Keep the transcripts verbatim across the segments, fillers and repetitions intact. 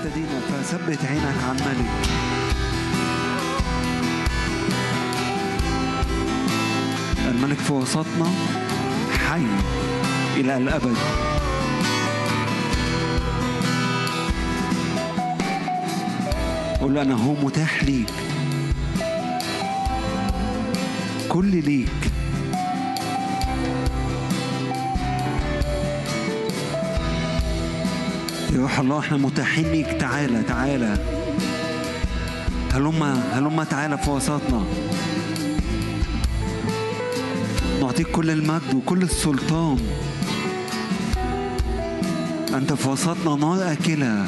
ابتدينا، فثبت عينك على الملك. الملك في وسطنا حي إلى الأبد. قول أنا هو متاح ليك، كل ليك. يا روح الله احنا متاحين ليك، تعالى تعالى، هلما هلما تعالى في وسطنا، نعطيك كل المجد وكل السلطان. أنت في وسطنا نار أكلة،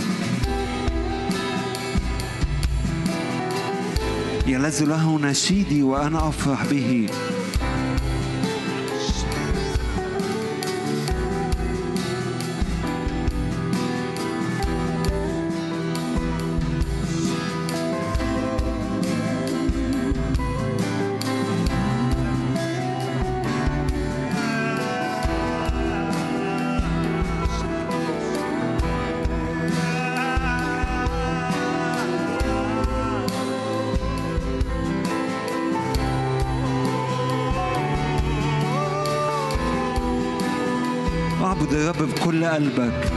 يلذ له نشيدي وأنا أفرح به. اعبد الرب بكل قلبك.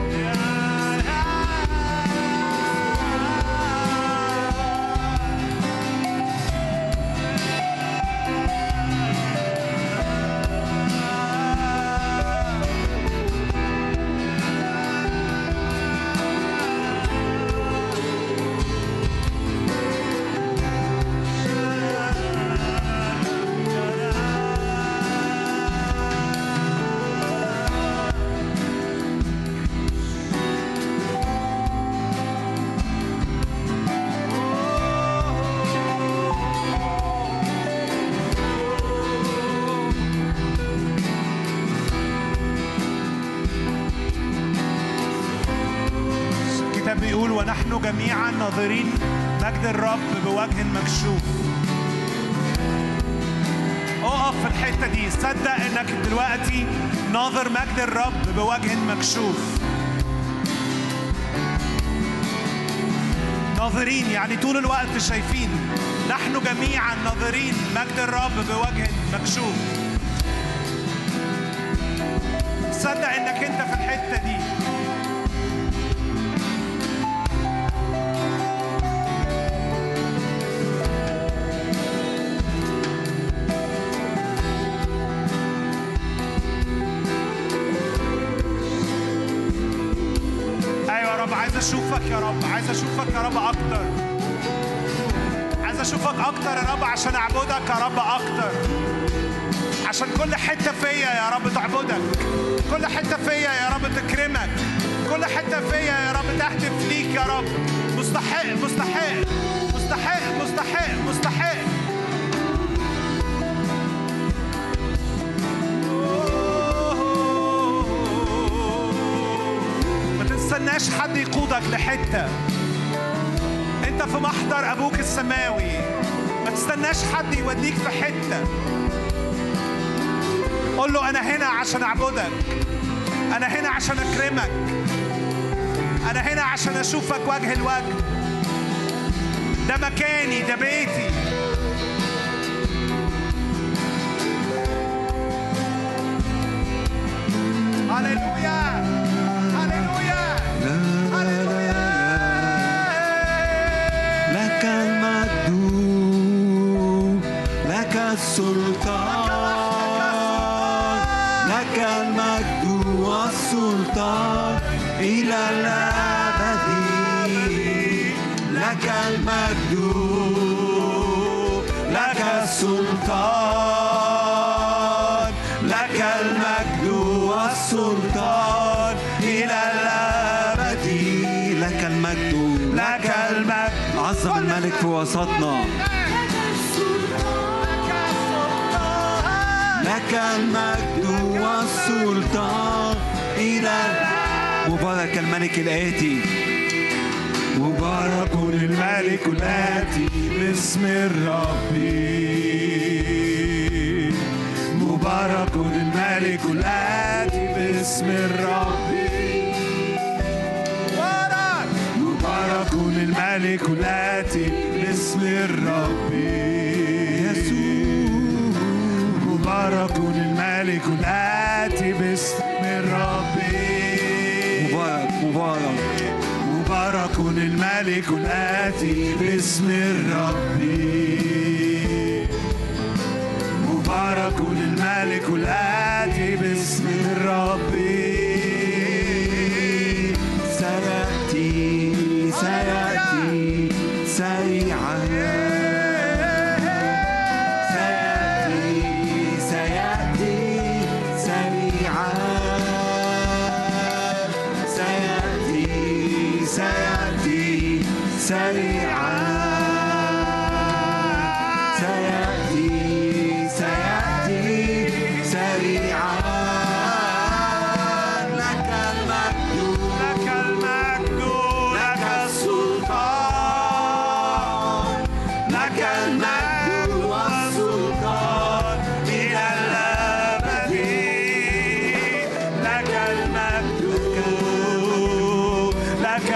جميعا ناظرين مجد الرب بوجه مكشوف. اقف في الحتة دي، صدق انك دلوقتي ناظر مجد الرب بوجه مكشوف. ناظرين يعني طول الوقت شايفين. نحن جميعا ناظرين مجد الرب بوجه مكشوف. صدق انك انت في الحتة دي. عايز اشوفك يا رب، عايز اشوفك يا رب اكتر، عايز اشوفك اكتر يا رب عشان اعبدك يا رب اكتر، عشان كل حته فيا يا رب تعبدك، كل حته فيا يا رب تكرمك، كل حته فيا يا رب تهتف ليك يا رب. مستحق مستحق مستحق مستحق مستحق. تستناش حد يقودك لحتة، انت في محضر ابوك السماوي، ما تستناش حد يوديك في حتة. قول له انا هنا عشان اعبدك، انا هنا عشان اكرمك، انا هنا عشان اشوفك وجه الوجه. ده مكاني، ده بيتي. هللويا هللويا هللويا. لك المجد، لك السلطان، لك المجد والسلطان إلى الأبد. لك المجد، لك السلطان، لك المجد والسلطان إلى الأبد. لك المجد، لك المجد. عظم الملك في وسطنا. لك المجد والسلطان إلى الأبد. مبارك الملك الآتي، مبارك الملك الآتي باسم الرب. مبارك الملك الآتي باسم الرب. مبارك الملك الآتي باسم الرب يسوع. مبارك الملك الآتي باسم الرب. مبارك مبارك مبارك الملك الآتي باسم الرب. مبارك الملك الآتي باسم الرب. سيأتي سيأتي سريعا. سيأتي سيأتي سريعا. سيأتي سيأتي سريعا. سيأتي سيأتي سريعا. لك المجد لك المجد لك السلطان. لك المجد والسلطان إلى الأبد. لك المجد لك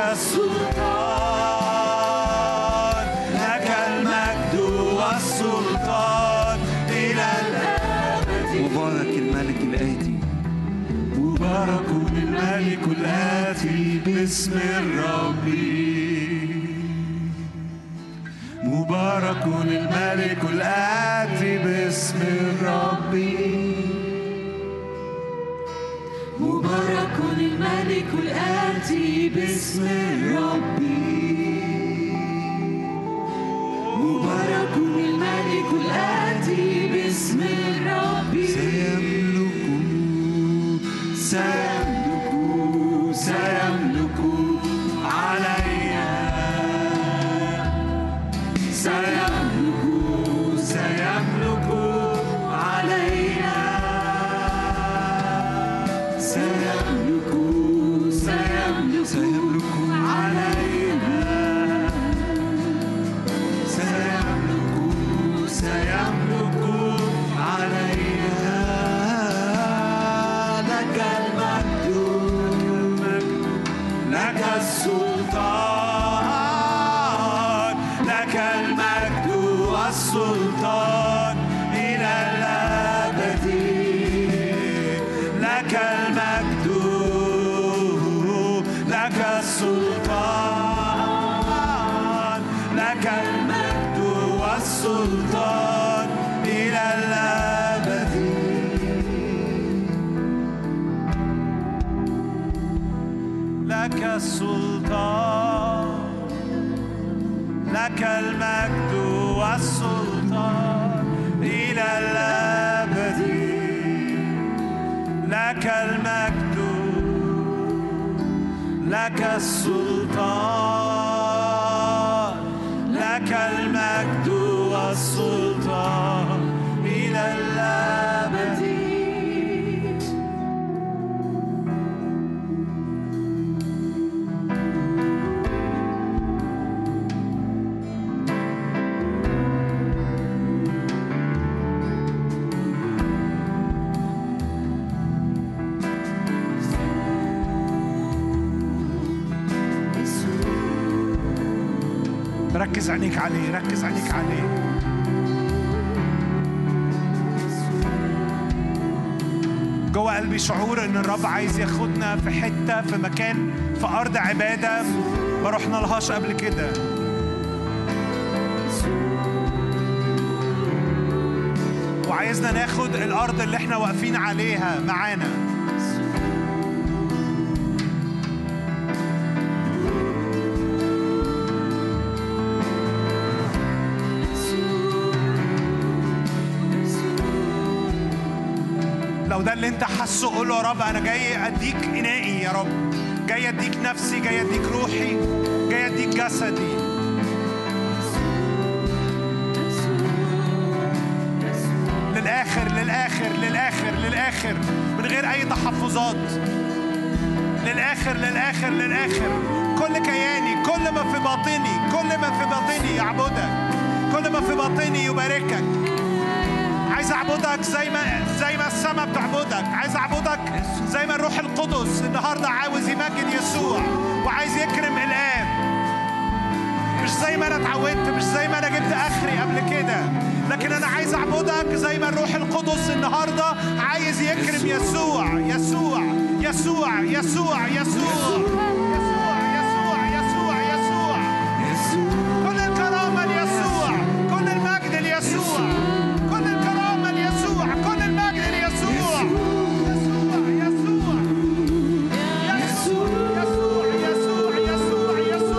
السلطان. لك المجد والسلطان إلى الأبد. مبارك الملك الآتي. مبارك الملك الآتي باسم الرب. مبارك الملك الآتي باسم الرب. مبارك الملك الآتي باسم الرب. مبارك الملك الآتي باسم الرب. سيملك سيملك سيملك علينا. سيملك سيملك علينا. سيملك سيملك سيملك علينا. سيملك سيملك علينا. لك المجد لك السلطان. لك المجد والسلطان إلى الأبد. لك المجد لك السلطان. لك المجد والسلطان إلى الأبد. لك السلطان. لك المجد والسلطان إلى الأبد. لك المجد لك السلطان. لك المجد والسلطان إلى الأبد. ركز عينيك عليه، ركز عينيك عليه. جوه قلبي شعور ان الرب عايز ياخدنا في حته، في مكان، في ارض عباده ما رحنا لهاش قبل كده. وعايزنا ناخد الارض اللي احنا واقفين عليها معانا. لو ده اللي انت حاسه قول له يا رب انا جاي اديك انائي يا رب، جاي اديك نفسي، جاي اديك روحي، جاي اديك جسدي. للاخر للاخر للاخر للاخر من غير اي تحفظات. للاخر للاخر للاخر. كل كياني، كل ما في باطني، كل ما في باطني يعبدك، كل ما في باطني يباركك. عايز اعبدك زي ما زي ما السماء بتعبدك، عايز اعبدك زي ما الروح القدس النهارده عاوز يمجد يسوع وعايز يكرم الآب. أنا عايز أعبدك زي ما الروح القدس النهاردة عايز يكرم يسوع يسوع يسوع يسوع يسوع يسوع يسوع يسوع كل الكرامة ليسوع كل المجد ليسوع كل الكرامة ليسوع كل المجد ليسوع يسوع يسوع يسوع يسوع يسوع يسوع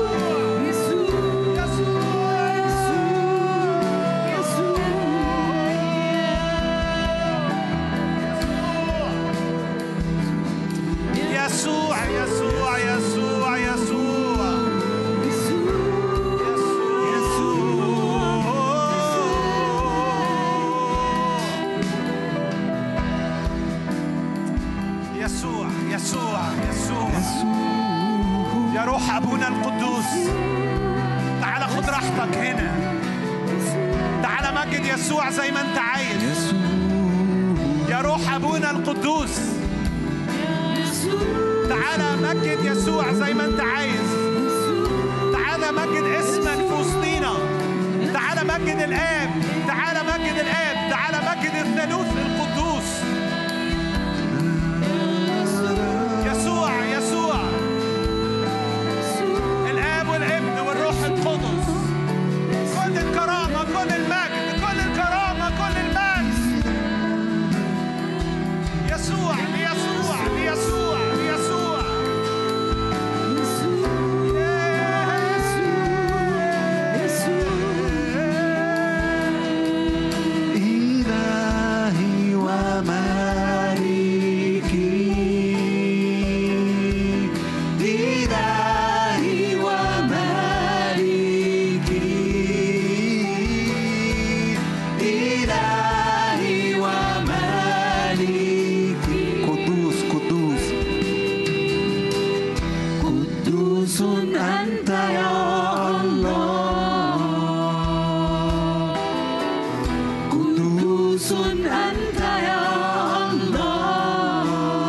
يسوع يسوع يسوع يسوع يسوع يسوع يسوع يا روح أبونا القدوس تعال خد راحتك هنا تعال مجد يسوع زي ما انت عايز يا روح أبونا القدوس تعال مجد يسوع زي ما انت عايز تعال مجد اسمك في وسطينا تعال مجد الآب تعال مجد الآب تعال مجد الثالوث القدوس يسوع يسوع الآب والابن والروح القدس كل الكرامة كل المجد كل الكرامة كل المجد يسوع ليسوع ليسوع ليسوع إلهي ومالكي إلهي ومالكي إلهي ومالكي قدوس قدوس قدوس أنت يا الله قدوس أنت يا الله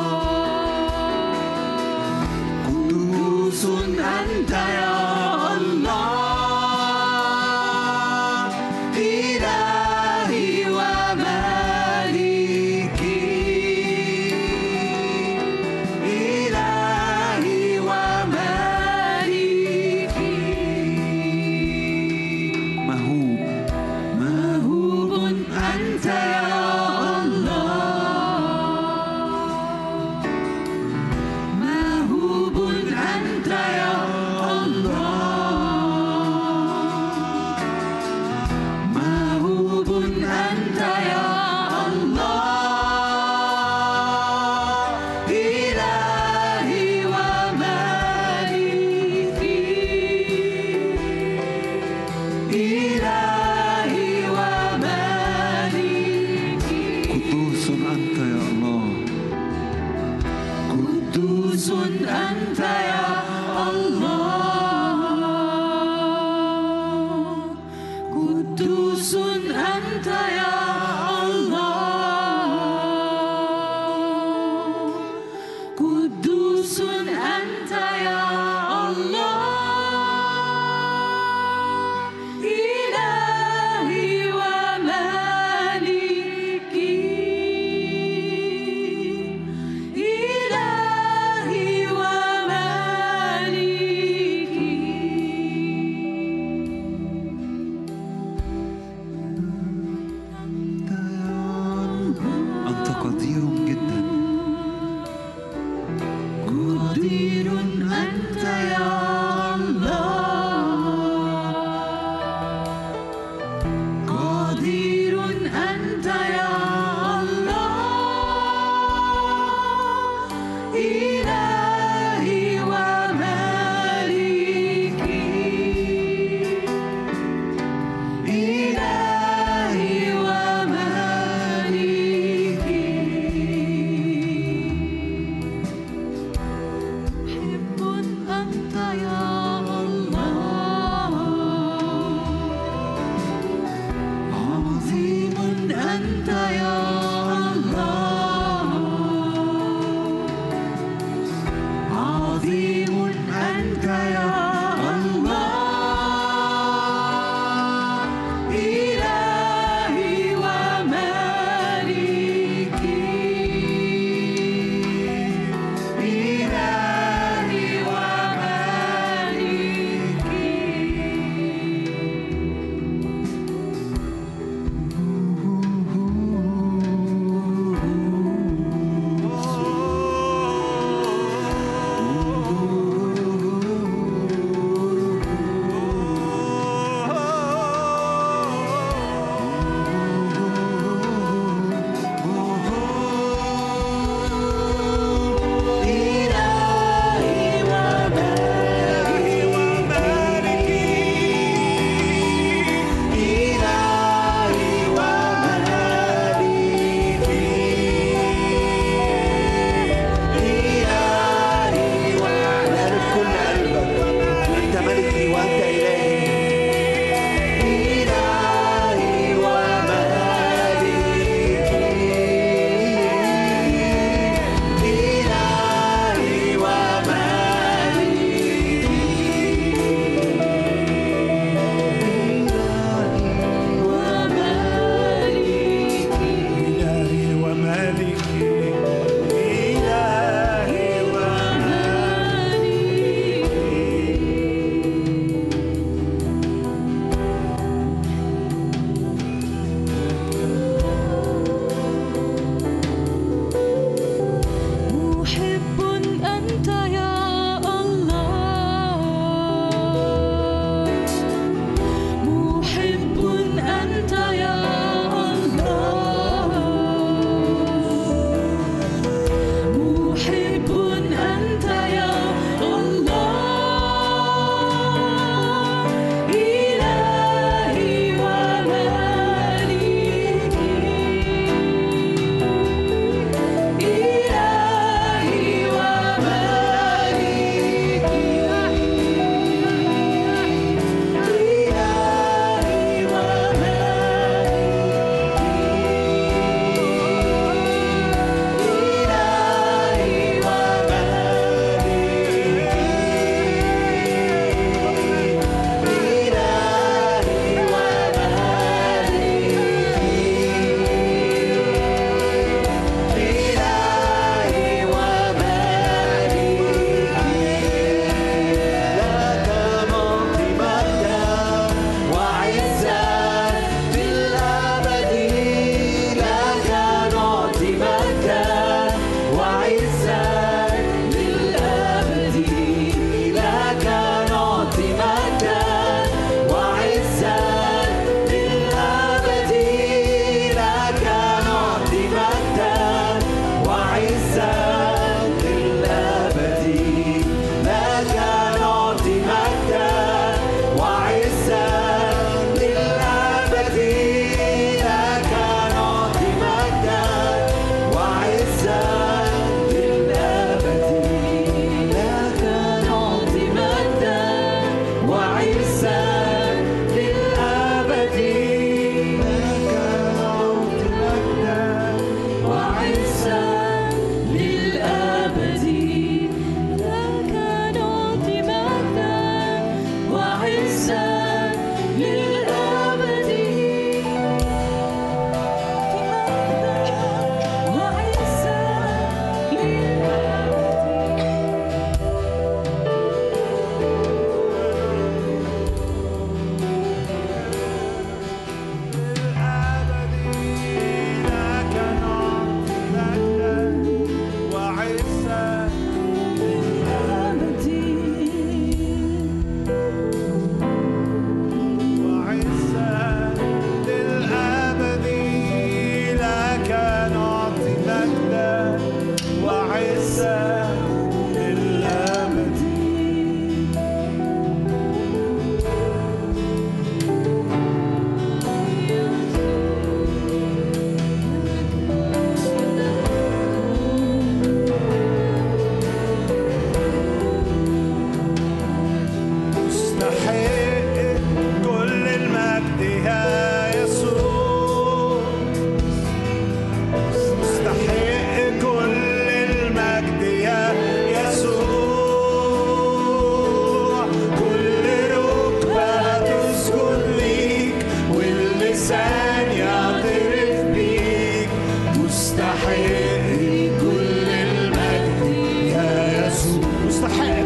قدوس أنت يا الله إلهي ومالكي إلهي ومالكي مهوب مهوب أنت يا الله مهوب أنت يا الله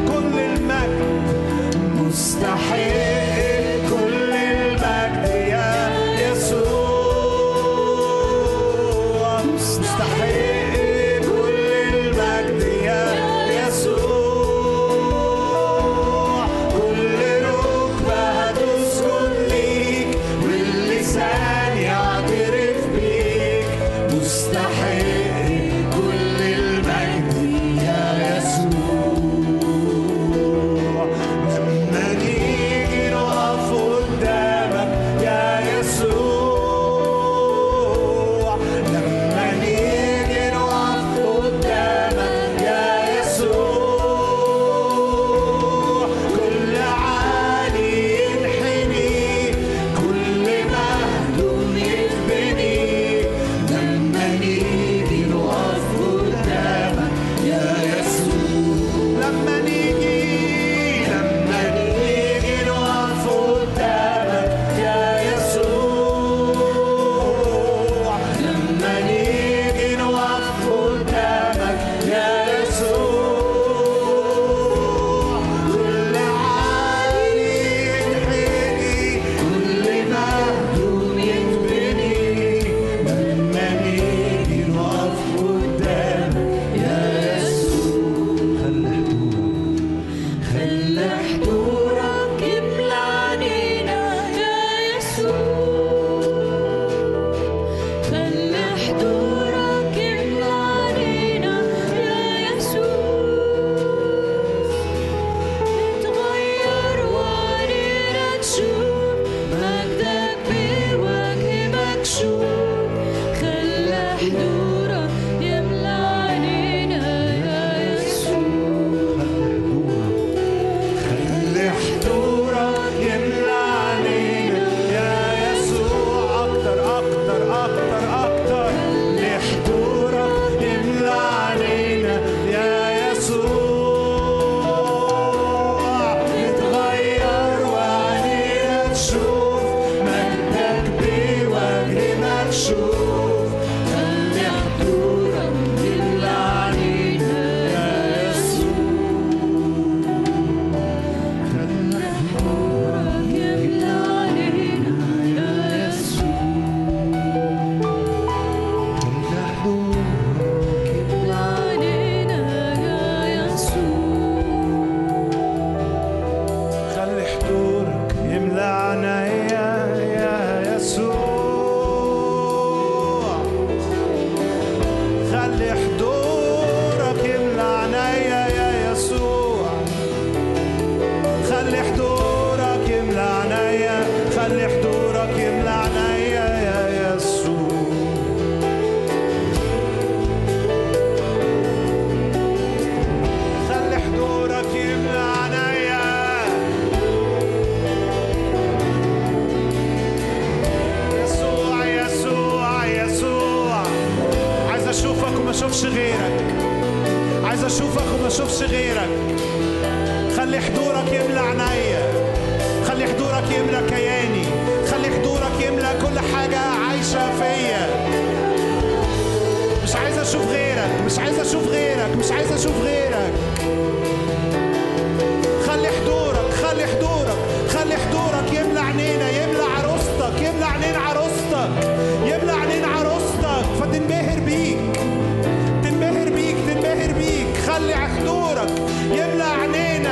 كل المجد مستحق كل المجد يا يسوع مستحق كل المجد يا يسوع كل ركبة هتسجد ليك واللسان يعترف بيك مستحق كل المجد يا يسوع لما نيجي نقف قدامك يا يسوع لما نيجي نقف قدامك يا يسوع كل عالي ينحني كل مهدوم يتبني لما نيجي نقف قدامك يا يسوع لما نيجي لما نيجي نقف قدامك يا يسوع لما نيجي نقف قدامك يا يسوع كل عالي ينحني كل مهدوم يتبني لما نيجي نقف قدامك يا يسوع خلي حضورك يملى عينينا يا يسوع خلي حضورك يملى عينينا يا يسوع نتغير وعينينا تشوف مجدك بوجه مكشوف خلي حضورك يملى عينينا يا يسوع خلي حضورك يملى علينا يا يسوع أكتر أكتر أكتر أكتر خلي حضورك يملى علينا يا يسوع نتغير وعينينا تشوف مجدك بوجه مكشوف خلي حضورك يملى علينا يا يسوع خلي حضورك يملى علينا يا يسوع خلي حضورك يملى عنايا يا يسوع خلي حضورك يملى عنايا يا يسوع خلي حضورك يملى عنايا خلي حضورك يملى عنايا يا يسوع خلي حضورك يملى عنايا يسوع يسوع يسوع عايز اشوفك وما اشوفش غيرك عايز اشوفك وما اشوفش غيرك خلي حضورك يملى عنايا خلي حضورك يملى كياني خلي حضورك يملى كل حاجة عايشة فيا مش عايز اشوف غيرك مش عايز اشوف غيرك مش عايز اشوف غيرك خلي حضورك خلي حضورك خلي حضورك يملى عينينا يملى عروستك يملى عينين عروستك يملى عينين عروستك فتنبهر بيك تنبهر بيك تنبهر بيك خلي حضورك يملى عينينا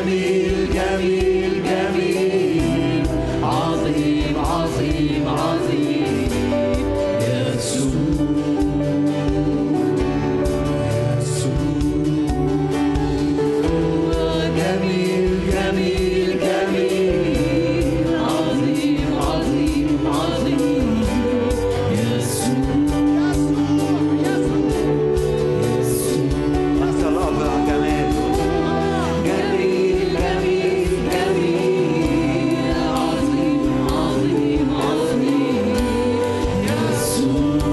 جميل جميل جميل عظيم عظيم عظيم يسوع جميل جميل جميل عظيم عظيم عظيم يسوع مثل الله جماله جميل جميل جميل عظيم عظيم عظيم يسوع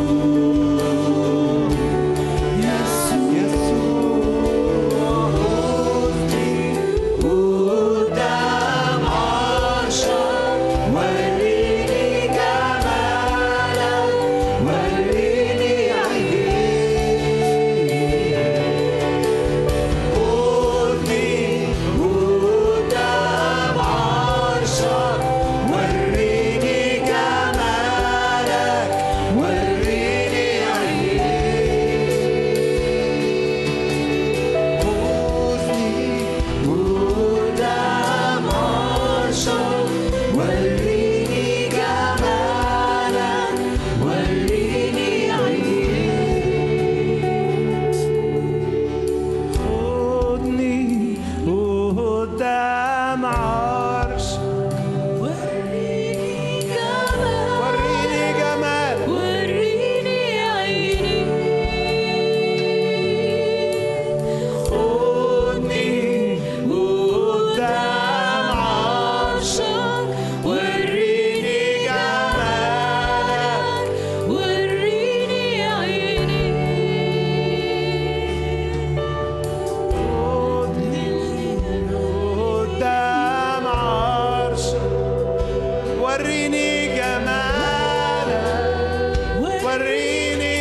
قدام عرشك وريني جمالك وريني عينيك خدني قدام عرشك وريني جمالك وريني عينيك خدني قدام عرشك وريني جمالك وريني عينيك خدني قدام عرش وريني جمالك وريني جمال وريني عينيك خدني قدام عرشك وريني جمالك وريني عينيك خدني قدام عرشك وريني جمالك وريني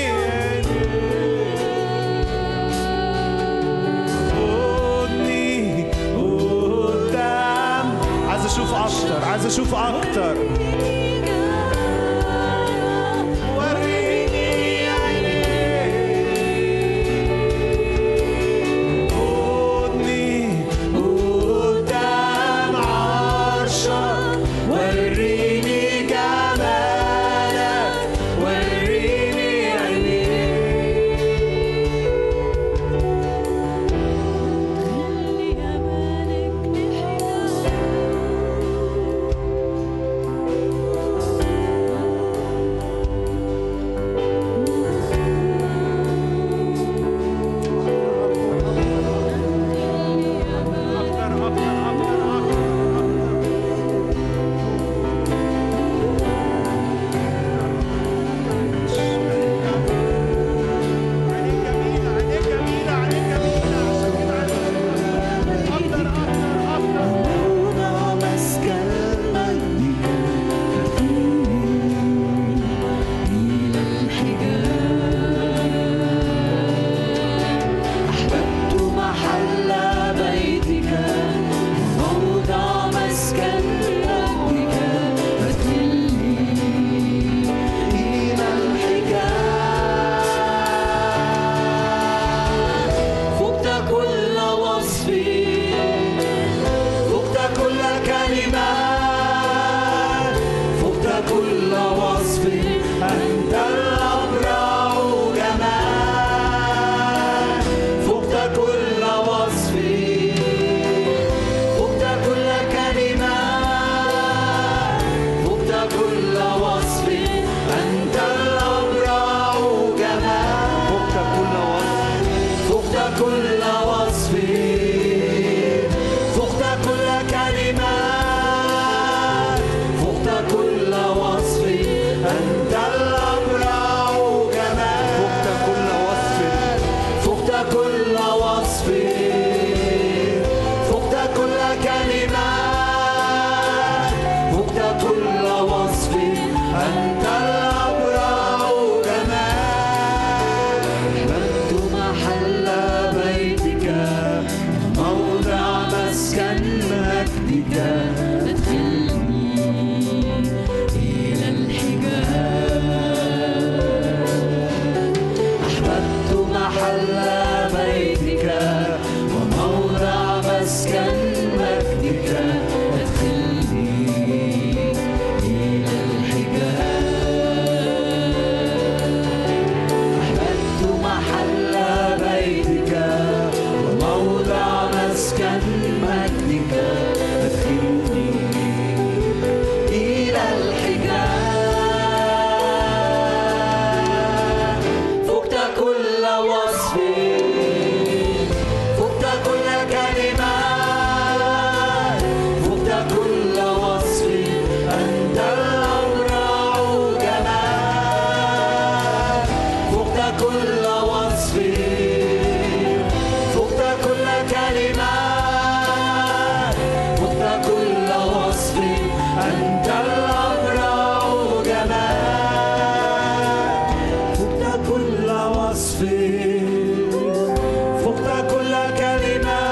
خدني قدام عايز اشوف اكتر عايز اشوف اكتر وريني عينيك خدني قدام عرشك وريني جمالك وريني عينيك خلي أمانك اكتر اكتر اكتر عينيك جميلة عينيك جميلة عينيك جميلة عشان كده عايز أشوفك اكتر اكتر اكتر موضع مسكن مجدك إلى الحجاب أحببت محل بيتك موضع مسكن مجدك فادخلني إلى الحجاب فقت كل وصف فقت كل كلمة فقت كل وصف أنت الأبرع جمال فقت كل وصف فقت كل كلمة فقت كل وصف أنت الأبرع جمال فوق كل وصف فقت كل وصف فقت كل كلمة فقت كل وصف أنت الأبرع جمال فوق كل وصف فقت كل وصف فقت كل كلمة فقت كل وصف أنت الأبرع جمال أحببت محل بيتك موضع مسكن مجدك ادخلني إلى الحجاب أحببت محل بيتك وموضع مسكن بيتك أدخلني إلى الحجاب. أحببت محل بيتك وموضع مسكن مجدك أدخلني إلى الحجاب. فقت كل وصف، فقت كل كلمة، فقت كل وصف، أنت الأبرع جمال. فقت كل وصف، فقت كل كلمة، فقت كل وصف، أنت الأبرع جمال. فقت كل وصف، فقت كل كلمة،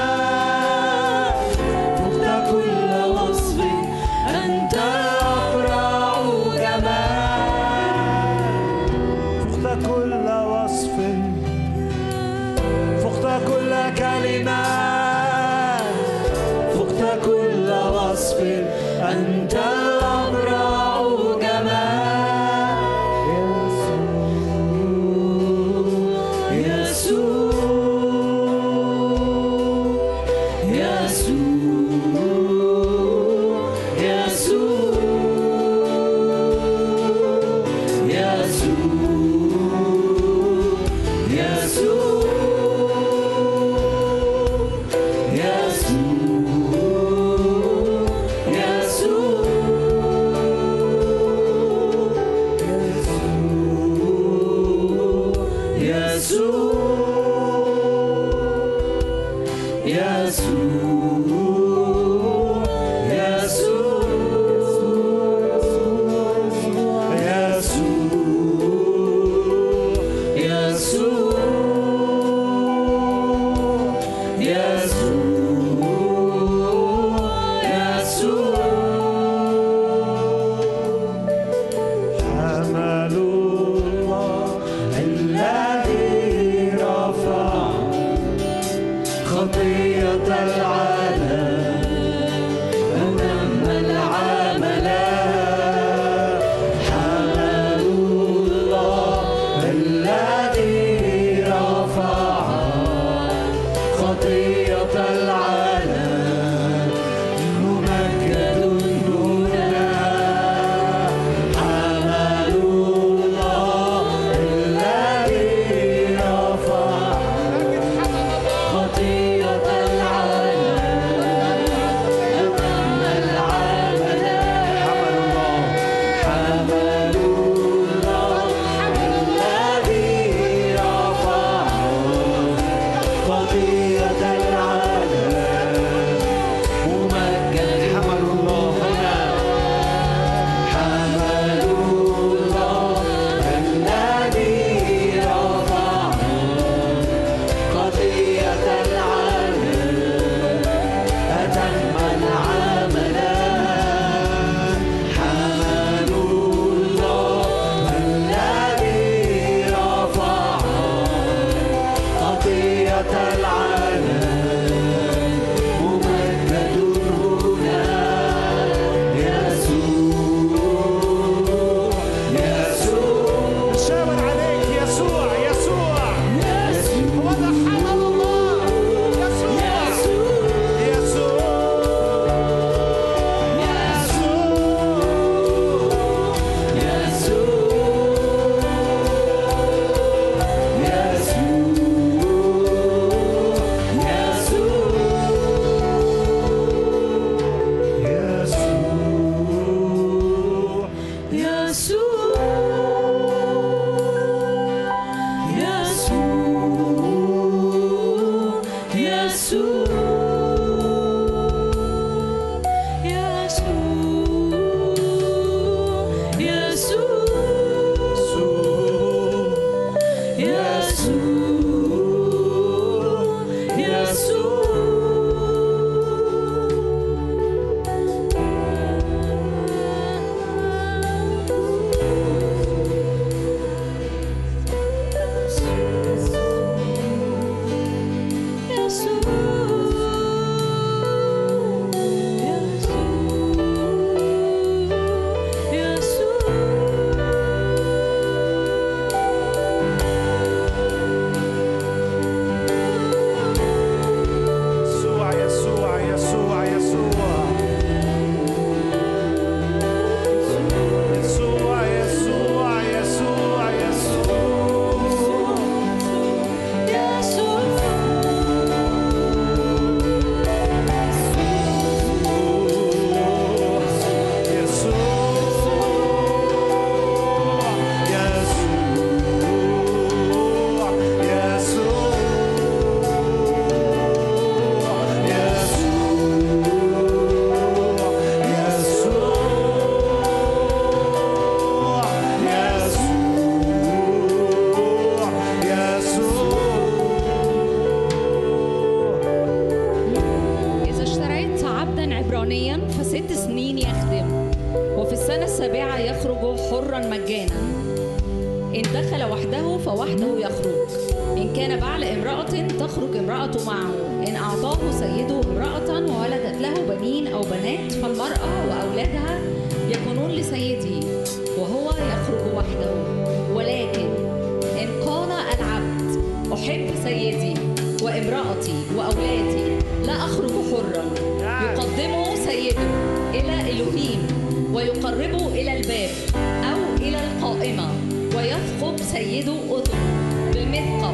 فقت كل وصف، أنت الأبرع جمال. فقت كل وصف، فقت كل كلمة، فقت كل وصف، أنت الأبرع جمال. يسوع يسوع يسوع يسوع حمل الله الذي رفع خطية العالم عبرانيا فست سنين يخدم، وفي السنة السابعة يخرج حرا مجانا. إن دخل وحده فوحده يخرج، إن كان بعل امرأة تخرج امرأة معه. إن أعطاه سيده امرأة وولدت له بنين أو بنات فالمرأة وأولادها يكونون لسيدي وهو يخرج وحده. ولكن إن قال العبد أحب سيدي وامرأتي وأولادي لا أخرج حرا، يقدمه سيده إلى إلهيم ويقربه إلى الباب أو إلى القائمة، ويثقب سيده أذنه بالمثقب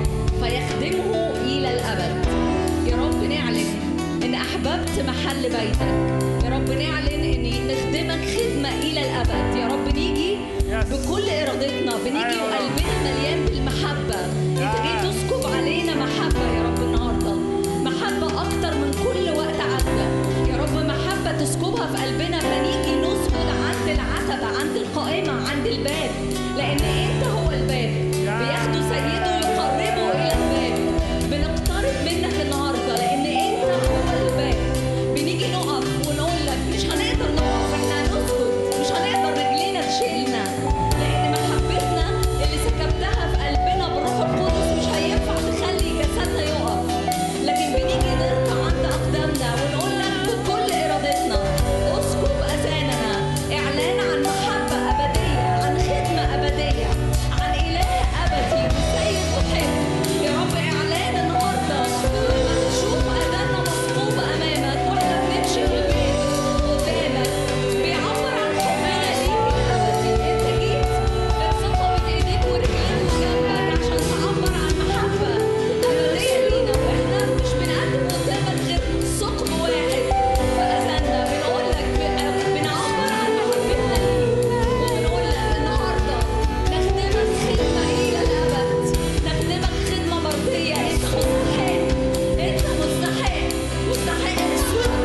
فيخدمه إلى الأبد. يا رب نعلن إن أحببت محل بيتك، يا رب نعلن إن نخدمك خدمة إلى الأبد. يا رب نيجي بكل إرادتنا، بنيجي وقلبنا مليان بالمحبة. أنت جاي تسكب علينا محبة يا رب النهاردة، محبة أكتر من كل وقت عدى. يا رب محبة تسكبها في قلبنا، فنيجي نسجد عند العتبة، عند القائمة، عند الباب، لأن أنت هو الباب. بياخدوا سيده يقربوا إلى الباب. بنقترب منك النهاردة لأن أنت هو الباب. بنيجي نقف ونقول لك مش هنقدر نقف، احنا هنسجد، مش هنقدر رجلينا تشيلنا، لأن محبتنا اللي سكبتها في قلبنا بالروح القدس مش هينفع تخلي جسدنا يقف. لكن بنيجي نرفع عند أقدامنا ونقول لك بكل إرادتنا اسكب أذاننا، إعلان عن محبة أبدية، عن خدمة أبدية، عن إله أبدي وسيد محب. يا رب إعلان النهاردة لما تشوف أذاننا مصقوبة أمامك وإحنا بنمشي في البيت قدامك، بيعبر عن حبنا ليك الأبدي. أنت جيت بثقة بين إيديك ورجليك جنبك عشان تعبر عن محبة أبدية لينا، وإحنا مش بنقدم قدامك غير ثقب واحد في أذاننا. بنقول لك بنعبر عن محبتنا ليك، وبنقول لك النهارده نخدمك خدمة إلى الأبد، نخدمك خدمة مرضية. أنت مستحق، أنت مستحق، مستحق الشكر،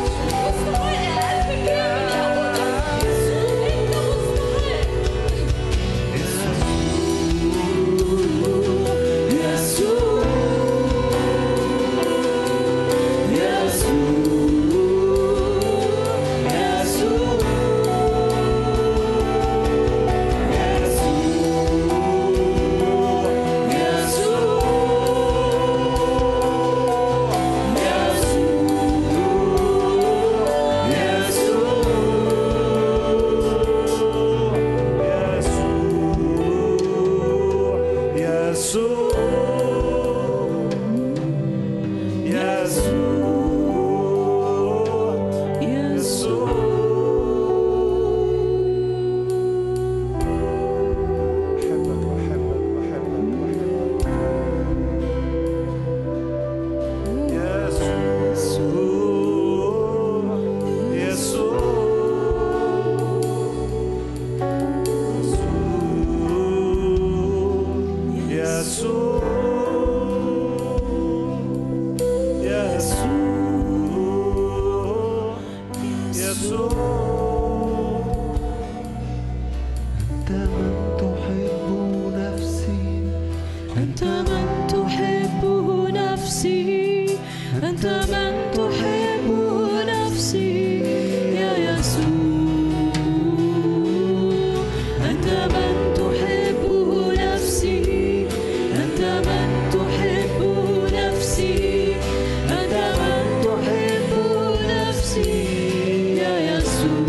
مستحق ألف كامل يا بابا. أنت مستحق. أنت من تحب نفسي، أنت من تحب نفسي يا يسوع. أنت من تحب نفسي، أنت من تحب نفسي، أنت من تحب نفسي يا يسوع.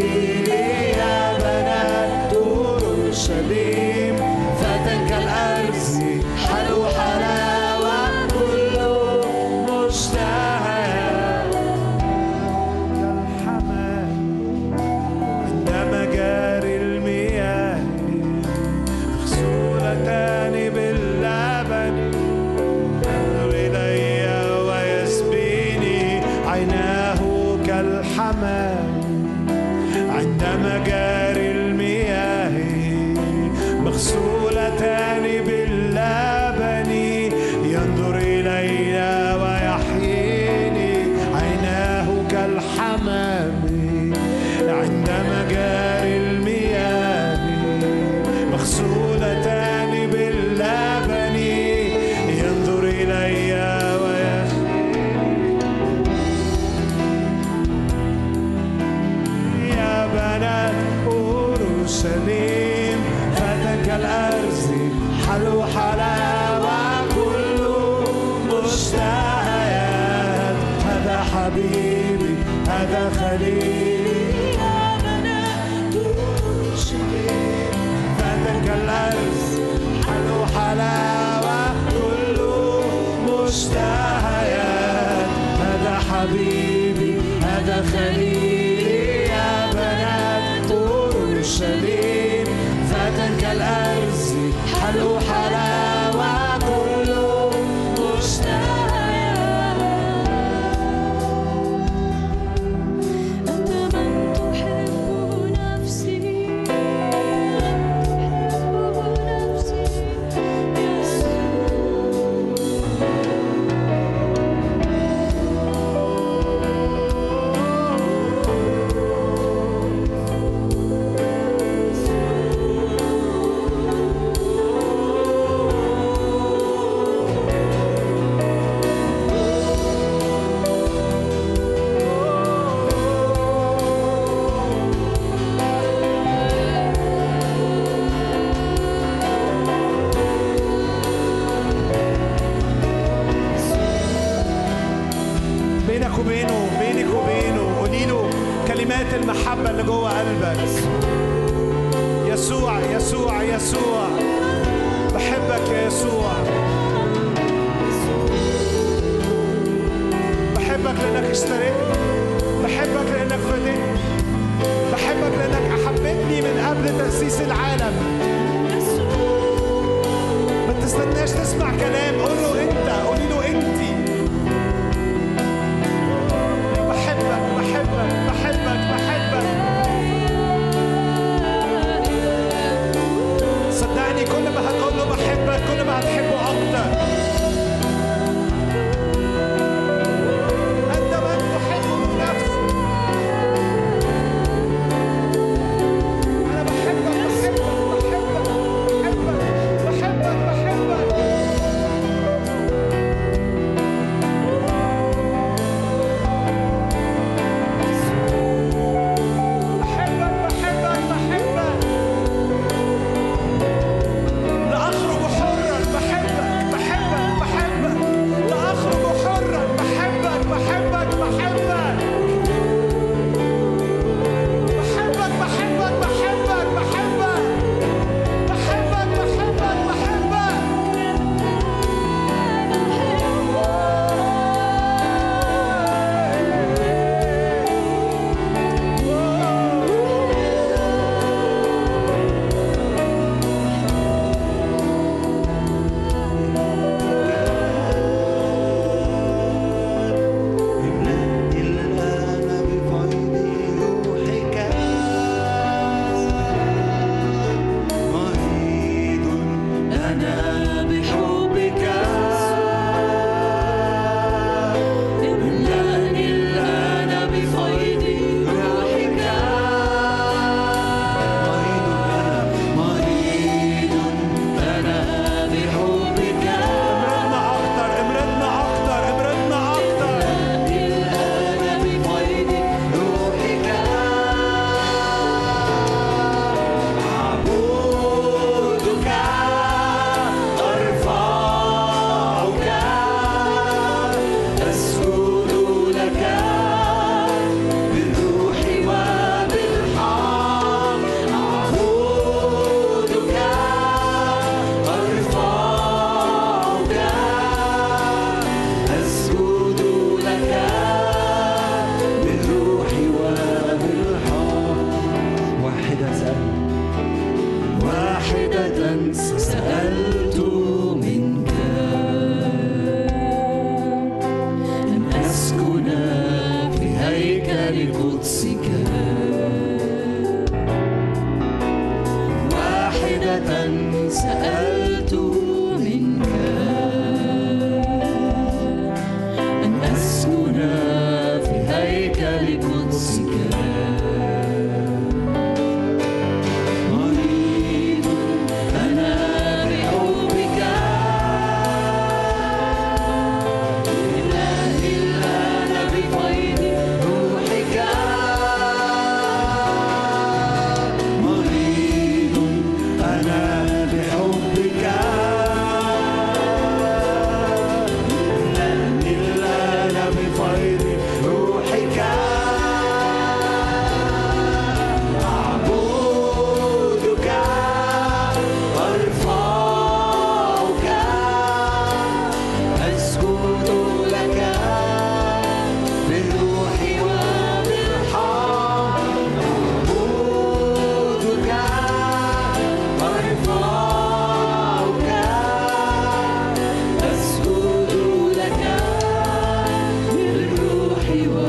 خليلي يا بنات أورشليم فتى كالأرز حلو حلاوة كله مشتهى كالحمام عند مجاري المياه مغسولتان باللبن ينظر إلي ويسبيني عيناه كالحمام عند مجاري المياه مغسولتان باللبن ينظر إلي ويحييني عيناه كالحمام عند مجاري المياه مغسولتان باللبن ينظر إلي ويحييني يا بنات أورشليم فتى كالأرز حلو حلاوة كله مشتهيات هذا حبيبي هذا خليلي يا بنات أورشليم فتى كالأرز حلو حلاوة كله مشتهيات هذا حبيبي هذا خليلي يا بنات أورشليم فتى كالأرز حلو حلاوة كله مشتهيات أنت من تحب نفسي تحب نفسي بينك وبينه بينك وبينه قولي له كلمات المحبة اللي جوه قلبك. يسوع يسوع يسوع بحبك يا يسوع، بحبك لأنك اشتريتني، بحبك لأنك فديتني، بحبك لأنك أحبتني من قبل تأسيس العالم. ما تستناش تسمع كلام، قول له أنت، قولي له أنتي. بحبك بحبك بحبك بحبك. صدقني كل ما هتقول له بحبك كل ما هتحبه أكتر. أنت من تحب نفسك. أنا بحبك بحبك بحبك بحبك بحبك بحبك. واحدة سألت واحدة سألت منك أن أسكن في هيكل قدسك واحدة سألت منك أن أسكن في هيكل قدسك مريض أنا بحبك إلهي الآن بفيض روحك مريض أنا بحبك لأني الآن بفيض روحك أعبدك أرفعك أسجد لك بالروح وبالحق أعبدك أرفعك أسجد لك بالروح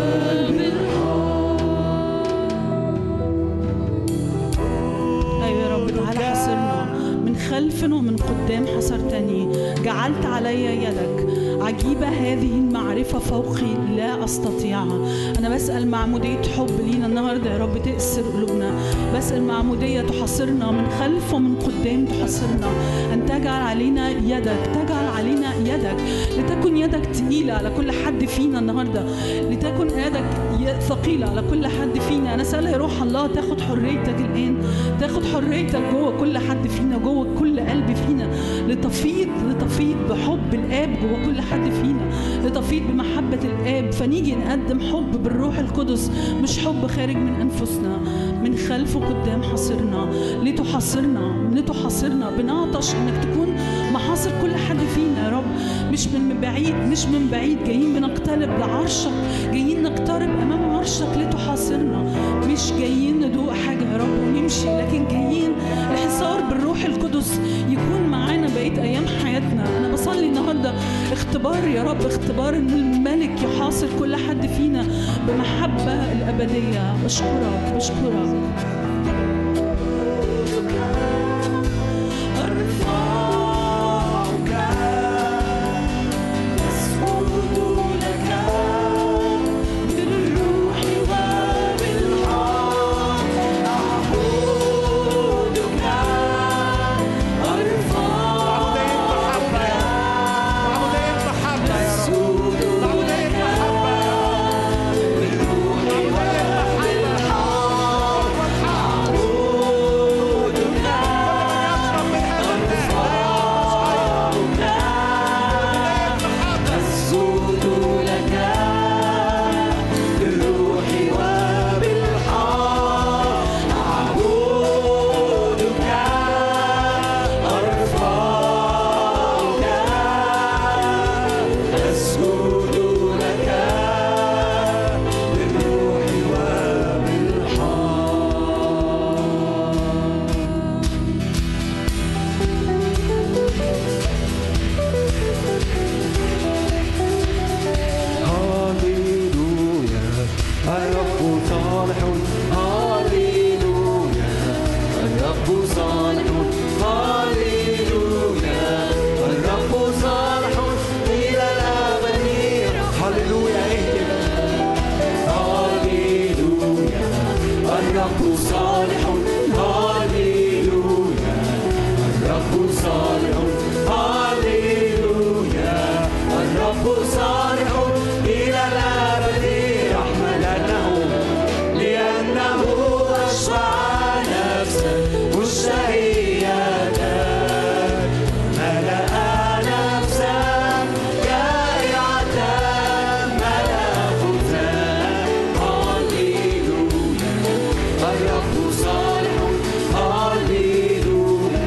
والبالحق. أيوة يا رب تعالى حصرنا من خلف ومن قدام حصرتني جعلت علي يدك عجيبة هذه المعرفة فوقي لا أستطيعها. أنا بسأل معمودية حب لينا النهاردة يا رب تأسر قلوبنا. بسأل معمودية تحصرنا من خلف ومن قدام تحصرنا أن تجعل علينا يدك تجعل علينا يدك لتكن يدك تقيلة على كل حد فينا النهاردة لتكن يدك ثقيلة على كل حد فينا. أنا سأل يا روح الله تاخد حريتك الآن تاخد حريتك جوه كل حد فينا جوه كل قلب فينا لتفيض لتفيض بحب الآب جوه كل حد فينا لتفيض بمحبة الآب فنيجي نقدم حب بالروح القدس مش حب خارج من أنفسنا من خلف وقدام حصرنا لتحصرنا لتحصرنا بنعطش إنك تكون محاصر كل حد فينا يا رب مش من بعيد مش من بعيد جايين بنقترب لعرشك جايين نقترب أمام عرشك لتحاصرنا مش جايين ندوق حاجة يا رب ونمشي لكن جايين لحصار بالروح القدس يكون معانا بقية أيام حياتنا. أنا بصلي النهاردة اختبار يا رب اختبار إن الملك يحاصر كل حد فينا بمحبة الأبدية. بشكرك بشكرك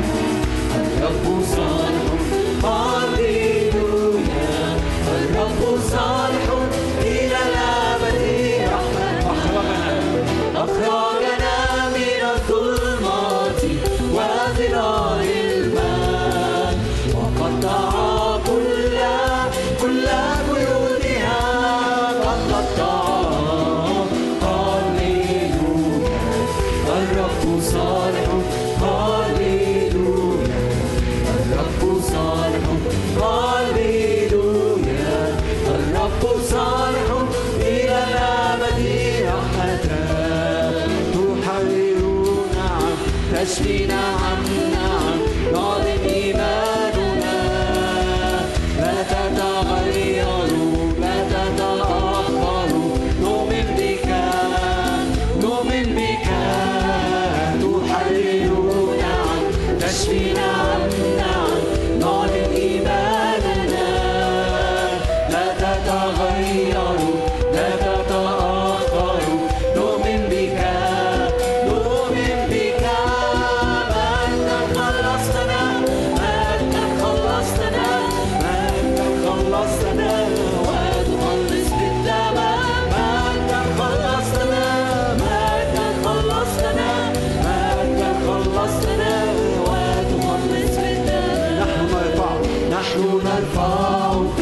الرب الرب صالح هاليلويا الرب صالح هاليلويا الرب صالح إلى الأبد رحمته تحرر نعم تشفي نعم نعم نعلن إيماننا لا تتغير لا تتأخر نؤمن بك نؤمن بك تحرر نعم تشفي نعم نعم نعلن إيماننا لا تتغير لا تتأخر نؤمن بك نؤمن بك مجدا خلصتنا مجدا خلصتنا مجدا خلصتنا وتخلص بالدم مجدا خلصتنا مجدا خلصتنا مجدا خلصتنا وتخلص بالدم نحن نرفعك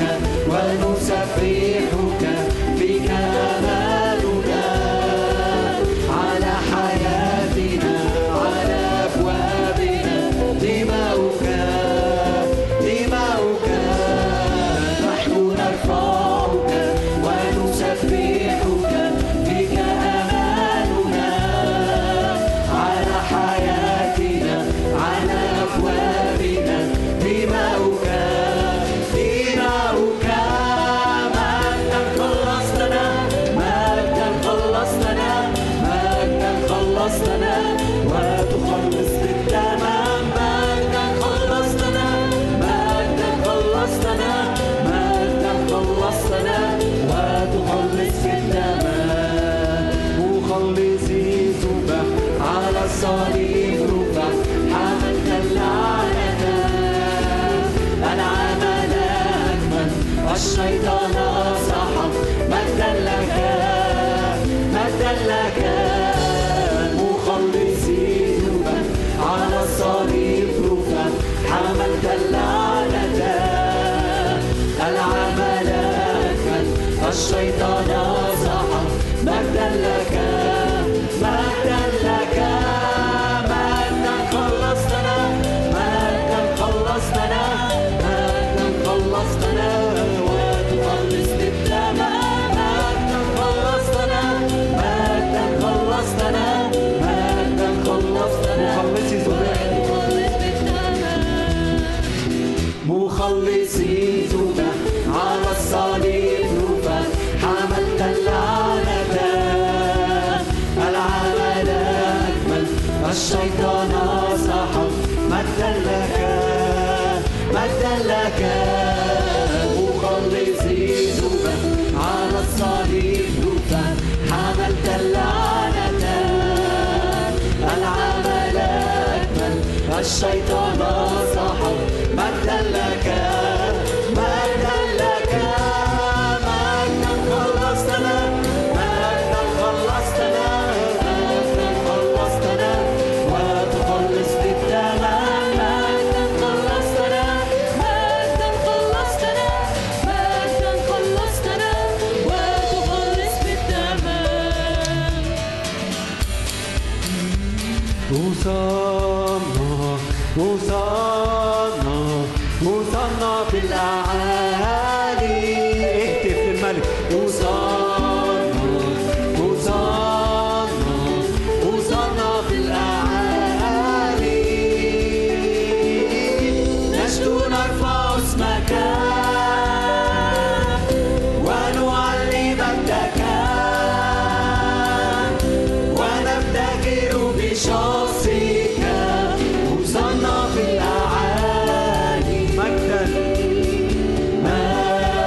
ونسبحك بك أمالنا على حياتنا على أبوابنا دماؤك دماؤك نحن نرفعك ونسبحك بك أمالنا على حياتنا على أبوابنا دماؤك دماؤك مجدا خلصتنا مجدا خلصتنا مجدا خلصتنا وتخلص بالتمام مجدا خلصتنا مجدا خلصتنا مجدا خلصتنا وتخلص بالتمام مخلصي تبع على الصليب رفع حملت اللعنة العمل أكمل الشيطان سحق مجدا لك مجدا لك مخلصي ذوبا على الصليب رفع حملت اللعنة العمل أكمل الشيطان سحق مجدا لك مجدا لك مجدا خلصتنا مجدا خلصتنا مجدا خلصتنا وتخلص بالتمام مجدا خلصتنا مجدا خلصتنا مجدا خلصتنا مخلصي مخلصي ذوبا على الصليب رفع حملت اللعنة العمل أكمل الشيطان سحق مجدا لك مجدا لك مخلصي ذوبا على الصليب رفع حملت اللعنة العمل أكمل الشيطان سحق مجدا لك مجدا لك مجدا خلصتنا مجدا خلصتنا مجدا خلصتنا وتخلص بالتمام مجدا خلصتنا مجدا خلصتنا مجدا خلصتنا وتخلص بالتمام وصلنا وصلنا وصلنا في الأعالي اهتف للملك وصلنا وصلنا وصلنا في الأعالي نشكو نرفع اسمك ونعلي مجدك ونفتخر بشخصك وصلنا في الأعالي مجدا مجدا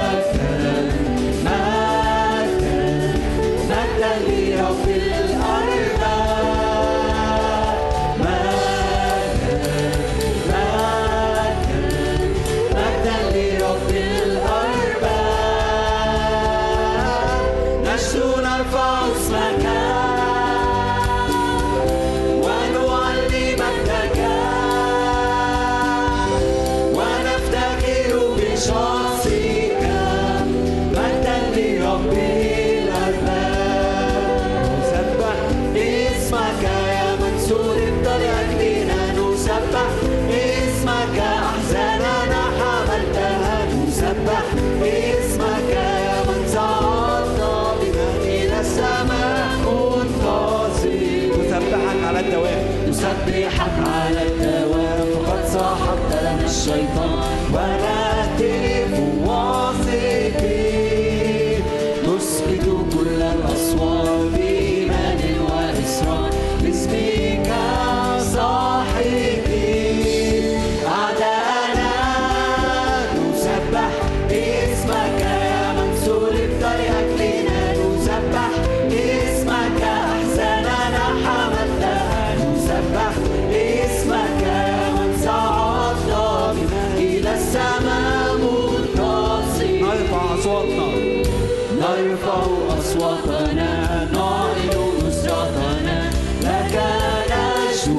الدوام نسبحك على الدوام فقد سحقت لنا الشيطان ونهتف واثقين تسكت كل الأصوات بإيمان وإصرار باسمك صاحبين أعداءنا نسبح اسمك يا من صلبت لأجلنا نسبح اسمك أحزاننا حملتها نسبح اسمك يا من صعدت بنا إلى السماء منتصرين نرفع أصواتنا نرفع أصواتنا نعلن نصرتنا لك نشكو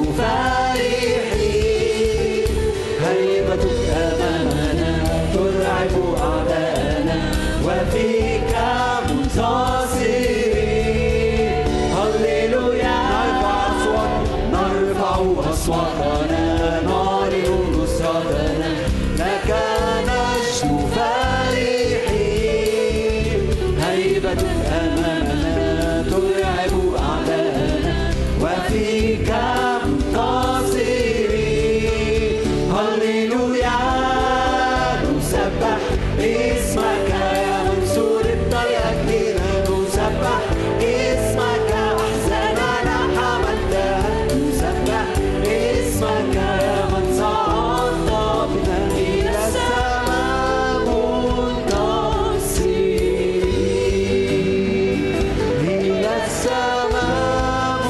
فرحين هيبتك أمامنا ترعب أعداءنا وفيك منتصرين هللويا نرفع أصواتنا نعلن نصرتنا لك نشكو فرحين هيبتك أمامنا ترعب أعداءنا وفيك منتصرين هللويا نسبح اسمك يا من صلبت لأجلنا نسبح اسمك أحزاننا حملتها نسبح اسمك يا من صعدت بنا إلى السماء منتصرين إلى السماء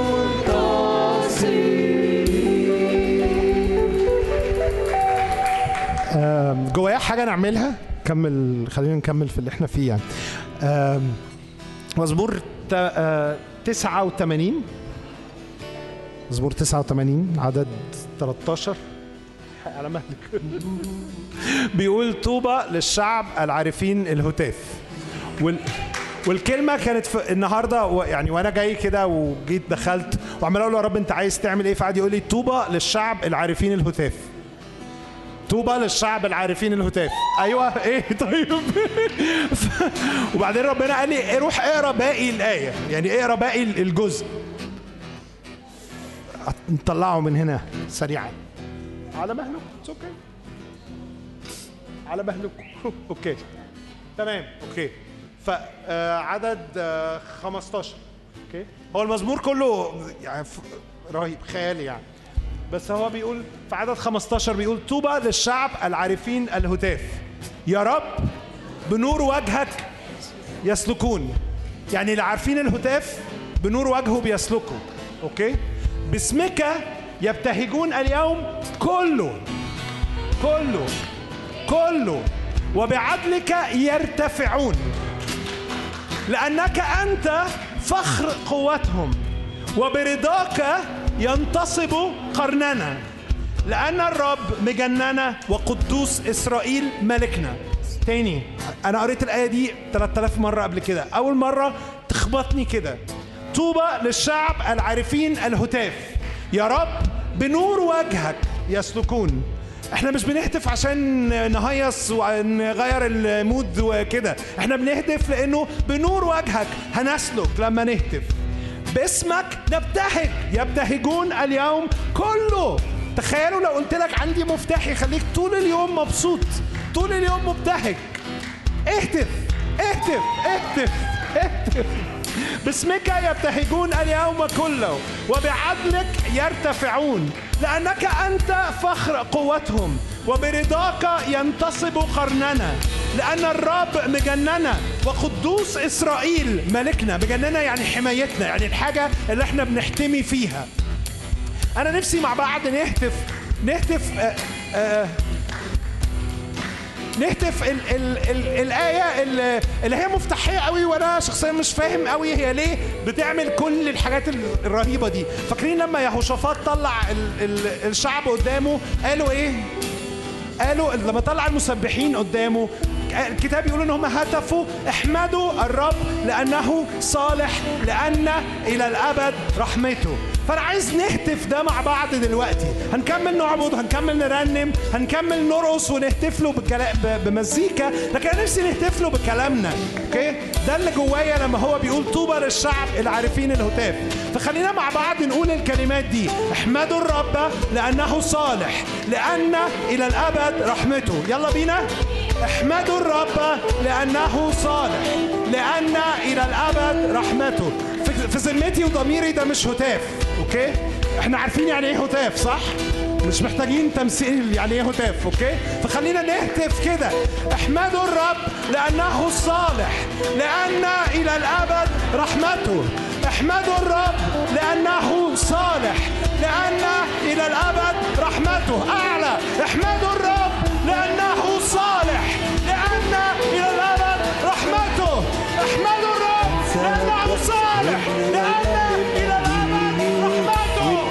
آم، جوايا حاجة نعملها كمل خلينا نكمل في اللي احنا فيه يعني آم، مزمور تا- آه، تسعة وثمانين مزمور تسعة وثمانين عدد ثلاثة عشر على مهلك بيقول طوبى للشعب العارفين الهتاف وال... والكلمة كانت في النهاردة و... يعني وانا جاي كده وجيت دخلت وعمال اقول له يا رب انت عايز تعمل ايه فقعد يقول لي طوبى للشعب العارفين الهتاف طوبى للشعب العارفين الهتاف ايوه ايه طيب ف... وبعدين ربنا قال لي روح اقرا باقي الايه يعني اقرا باقي الجزء نطلعه من هنا سريعا على مهلك اوكي على مهلك اوكي تمام اوكي فعدد خمستاشر اوكي هو المزمور كله يعني ف- رهيب خيالي يعني بس هو بيقول في عدد خمستاشر بيقول طوبى للشعب العارفين الهتاف يا رب بنور وجهك يسلكون يعني اللي عارفين الهتاف بنور وجهه بيسلكوا اوكي باسمك يبتهجون اليوم كله كله كله وبعدلك يرتفعون لأنك أنت فخر قوتهم وبرضاك ينتصب قرننا لأن الرب مجننا وقدوس إسرائيل ملكنا. تاني أنا قريت الآية دي ثلاثة آلاف مرة قبل كده، أول مرة تخبطني كده. طوبى للشعب العارفين الهتاف يا رب بنور وجهك يسلكون. احنا مش بنهتف عشان نهيص ونغير المود وكده، احنا بنهتف لانه بنور وجهك هنسلك لما نهتف. باسمك نبتهج، يبتهجون اليوم كله. تخيلوا لو قلت لك عندي مفتاح يخليك طول اليوم مبسوط، طول اليوم مبتهج. اهتف اهتف اهتف اهتف. باسمك يبتهجون اليوم كله وبعدلك يرتفعون لأنك أنت فخر قوتهم وبرضاك ينتصب قرننا لأن الرب مجننا وقدوس إسرائيل ملكنا. مجننا يعني حمايتنا، يعني الحاجة اللي احنا بنحتمي فيها. أنا نفسي مع بعض نهتف نهتف آآ آآ نهتف ال ال ال الآية اللي هي مفتاحية قوي، وأنا شخصيا مش فاهم قوي هي ليه بتعمل كل الحاجات الرهيبة دي. فاكرين لما يهوشافاط طلع ال ال الشعب قدامه قالوا إيه؟ قالوا لما طلع المسبحين قدامه الكتاب يقول إنهم هتفوا احمدوا الرب لأنه صالح لأن إلى الأبد رحمته. فأنا عايز نهتف ده مع بعض دلوقتي. هنكمل نعبد، هنكمل نرنم، هنكمل نرقص ونهتف له بمزيكا، لكن أنا نفسي نهتف له بكلامنا. أوكي؟ ده اللي جوايا لما هو بيقول طوبى للشعب العارفين الهتاف. فخلينا مع بعض نقول الكلمات دي: احمدوا الرب لأنه صالح، لأن إلى الأبد رحمته. يلا بينا. احمدوا الرب لأنه صالح، لأن إلى الأبد رحمته. في ذمتي وضميري ده مش هتاف. اوكي؟ احنا عارفين يعني ايه هتاف، صح؟ مش محتاجين تمثيل يعني ايه هتاف. اوكي؟ فخلينا نهتف كده: احمدوا الرب لأنه صالح، لأن إلى الأبد رحمته. احمدوا الرب لأنه صالح، لأن إلى الأبد رحمته. أعلى: احمدوا الرب لأنه صالح، لأن إلى الأبد رحمته. احمدوا الرب لأنه صالح، لأن إلى الأبد رحمته.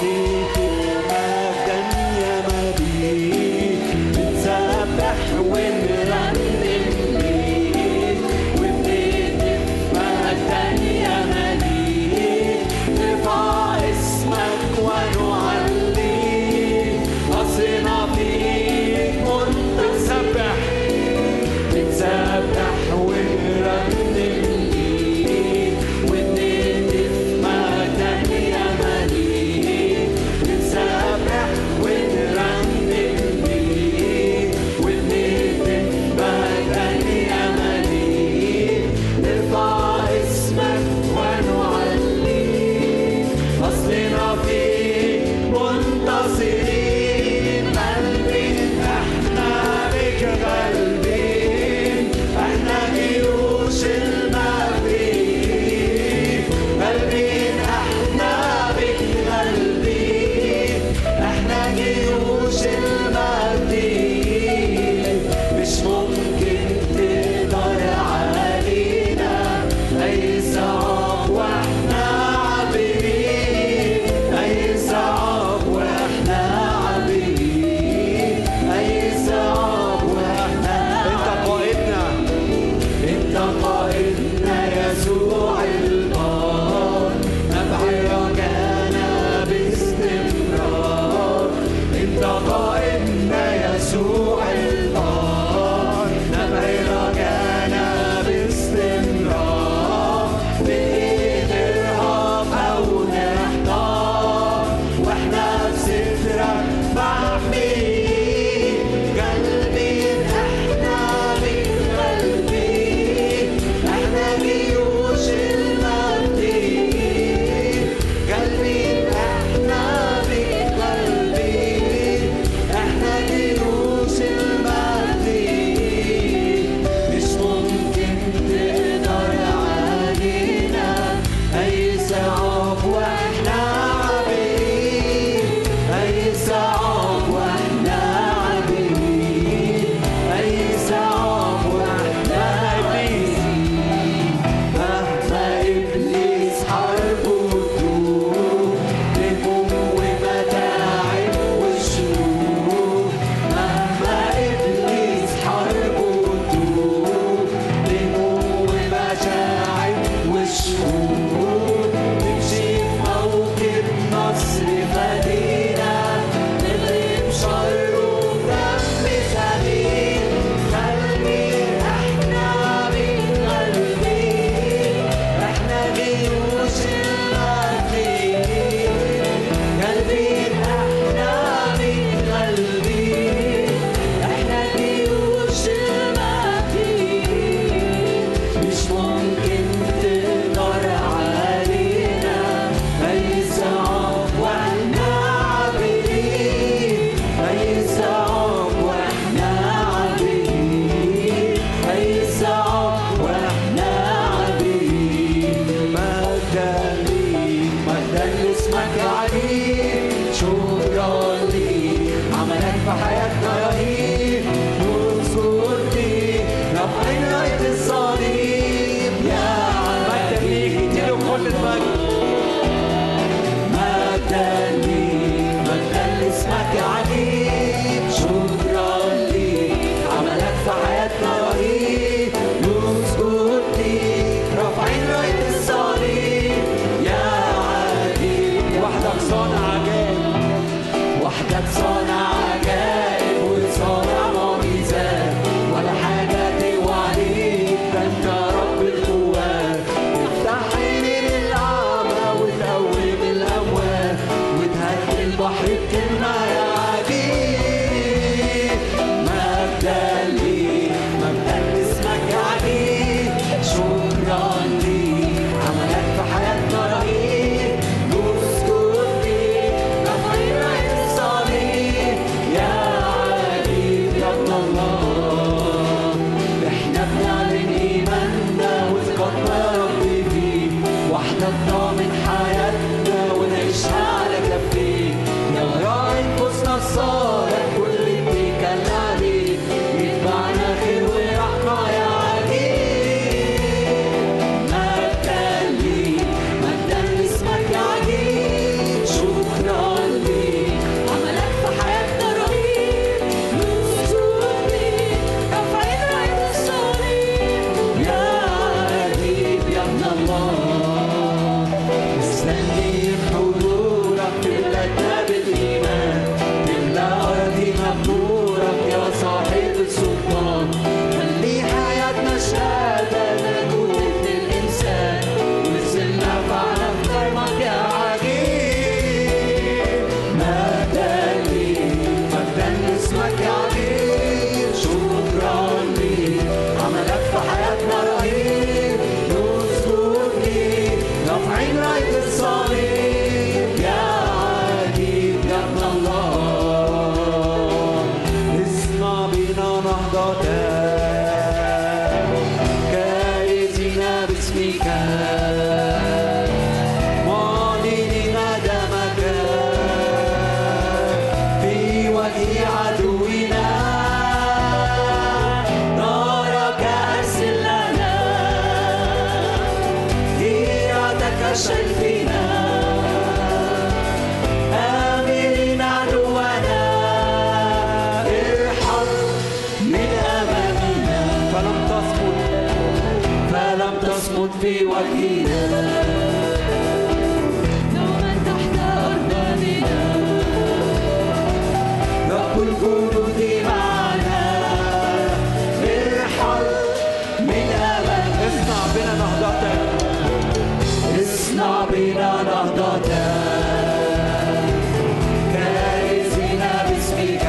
البحر بكلمة يا عجيب مجدا ليك مجدا لاسمك يا عجيب شكرا ليك عملك في حياتنا رهيب نسجد ليك رافعين راية الصليب يا عجيب يا ابن الله احنا بنعلن ايماننا وثقتنا يا رب فيك وحدك ضامن حياتنا ونعيشها على كفيك يا راعي نفوسنا الصالح كل اتكال عليك يتبعنا خير ورحمة يا عجيب مجدا ليك مجدا لاسمك يا عجيب شكرا ليك عملك في حياتنا رهيب نسجد ليك رافعين راية الصليب يا عجيب يا ابن الله مستنيين حضورك تملأنا بالإيمان تملأ أراضينا بنورك يا صاحب السلطان خلي حياتنا شهادة لمجهود ابن الإنسان وصلنا فعلا في كرمك يا عجيب مجدا ليك مجدا لاسمك يا عجيب شكرا ليك عملك في حياتنا رهيب نسجد ليك رافعين راية الصليب يا عجيب يا ابن الله اصنع بنا نهضة كارزين باسمك معلنين دمك في وجه عدونا نارك أرسل لنا هيرتك اشعل فينا آمرين عدونا ارحل من أمامنا فلم تصمت فلم تصمت في وجهنا دوما تحت أقدامنا رب الجنود معنا ارحل من أمامنا اصنع بنا نهضة اصنع بنا نهضة كارزين باسمك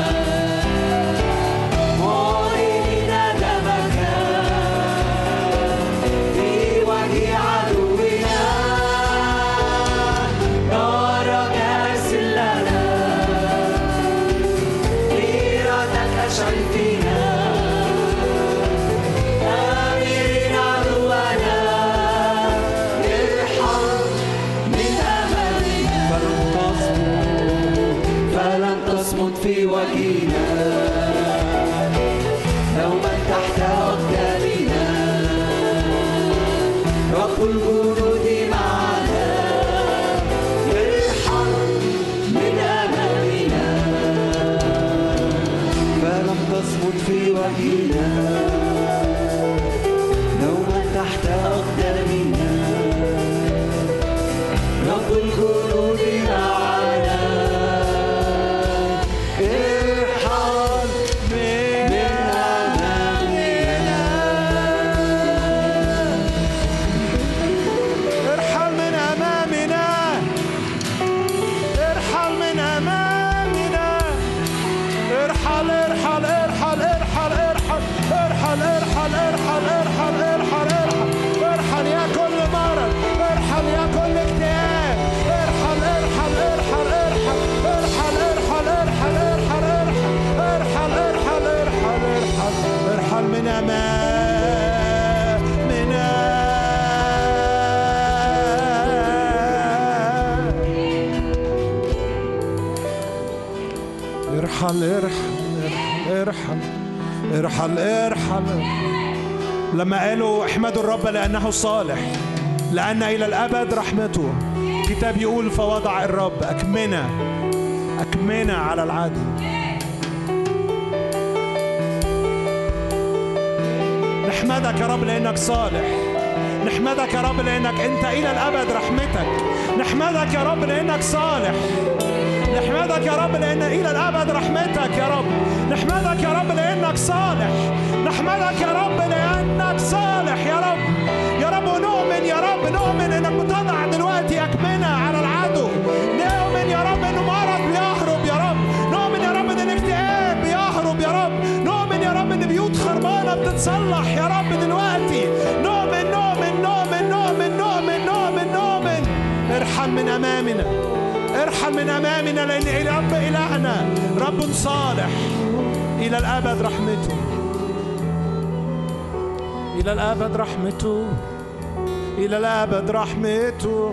معلنين دمك في وجه عدونا نارك أرسل لنا غيرتك اشعل فينا آمرين عدونا ارحل من أمامنا فلم تصمت فلم تصمت في وجهنا دوما تحت أقدامنا رب الجنود معنا ارحل من أمامنا فلم تصمت في وجهنا دوما تحت أقدامنا رب الجنود معنا ارحل من أمامنا ارحل من أمامنا ارحل من أمامنا ارحل ارحل ارحل ارحل ارحل ارحل ارحل ارحل ارحل ارحل ارحل ارحل يا كل مرض ارحل يا كل اكتئاب ارحل ارحل ارحل ارحل ارحل ارحل ارحل ارحل ارحل ارحل ارحل ارحل ارحل من أمامنا ارحل ارحل ارحل ارحل ارحل لما قالوا احمدوا الرب لأنه صالح لأن إلى الأبد رحمته كتاب يقول فوضع الرب أكمنة أكمنة على العدو نحمدك يا رب لأنك صالح نحمدك يا رب لأنك أنت إلى الأبد رحمتك نحمدك يا رب لأنك صالح نحمدك يا رب لأن إلى الأبد رحمتك يا رب نحمدك يا رب لأنك صالح نحمدك يا رب لأنك صالح يا رب يا رب ونؤمن يا رب نؤمن إنك بتضع دلوقتي أكمنة على العدو نؤمن يا رب إنه مرض ارحل من أمامنا، لأن رب إلهنا رب صالح إلى الأبد رحمته، إلى الأبد رحمته، إلى الأبد رحمته.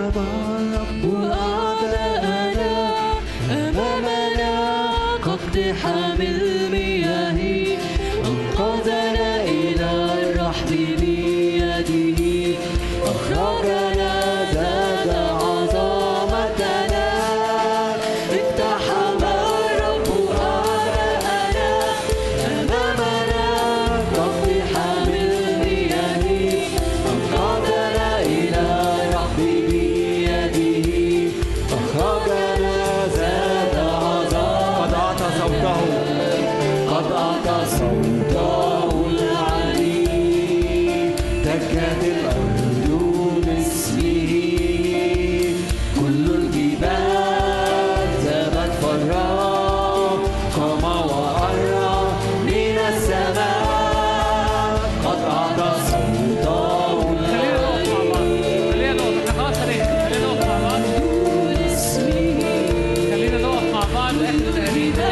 الرب أعداءنا أمامنا كاقتحام المياه أنقذنا إلى الرحب بيده أخرجنا زاد عظمتنا اقتحم الرب أعداءنا أمامنا كاقتحام المياه أنقذنا إلى الرحب بيده أخرجنا زاد عظمتنا قد أعطى صوته العلي دكت الأرض باسمه كل الجبال ذابت فرا قام وأرى من السماء قد أعطى صوته العلي خلينا نقف خلاص خلينا نقف مع بعض باسمه خلينا نقف مع بعض احنا تقريبا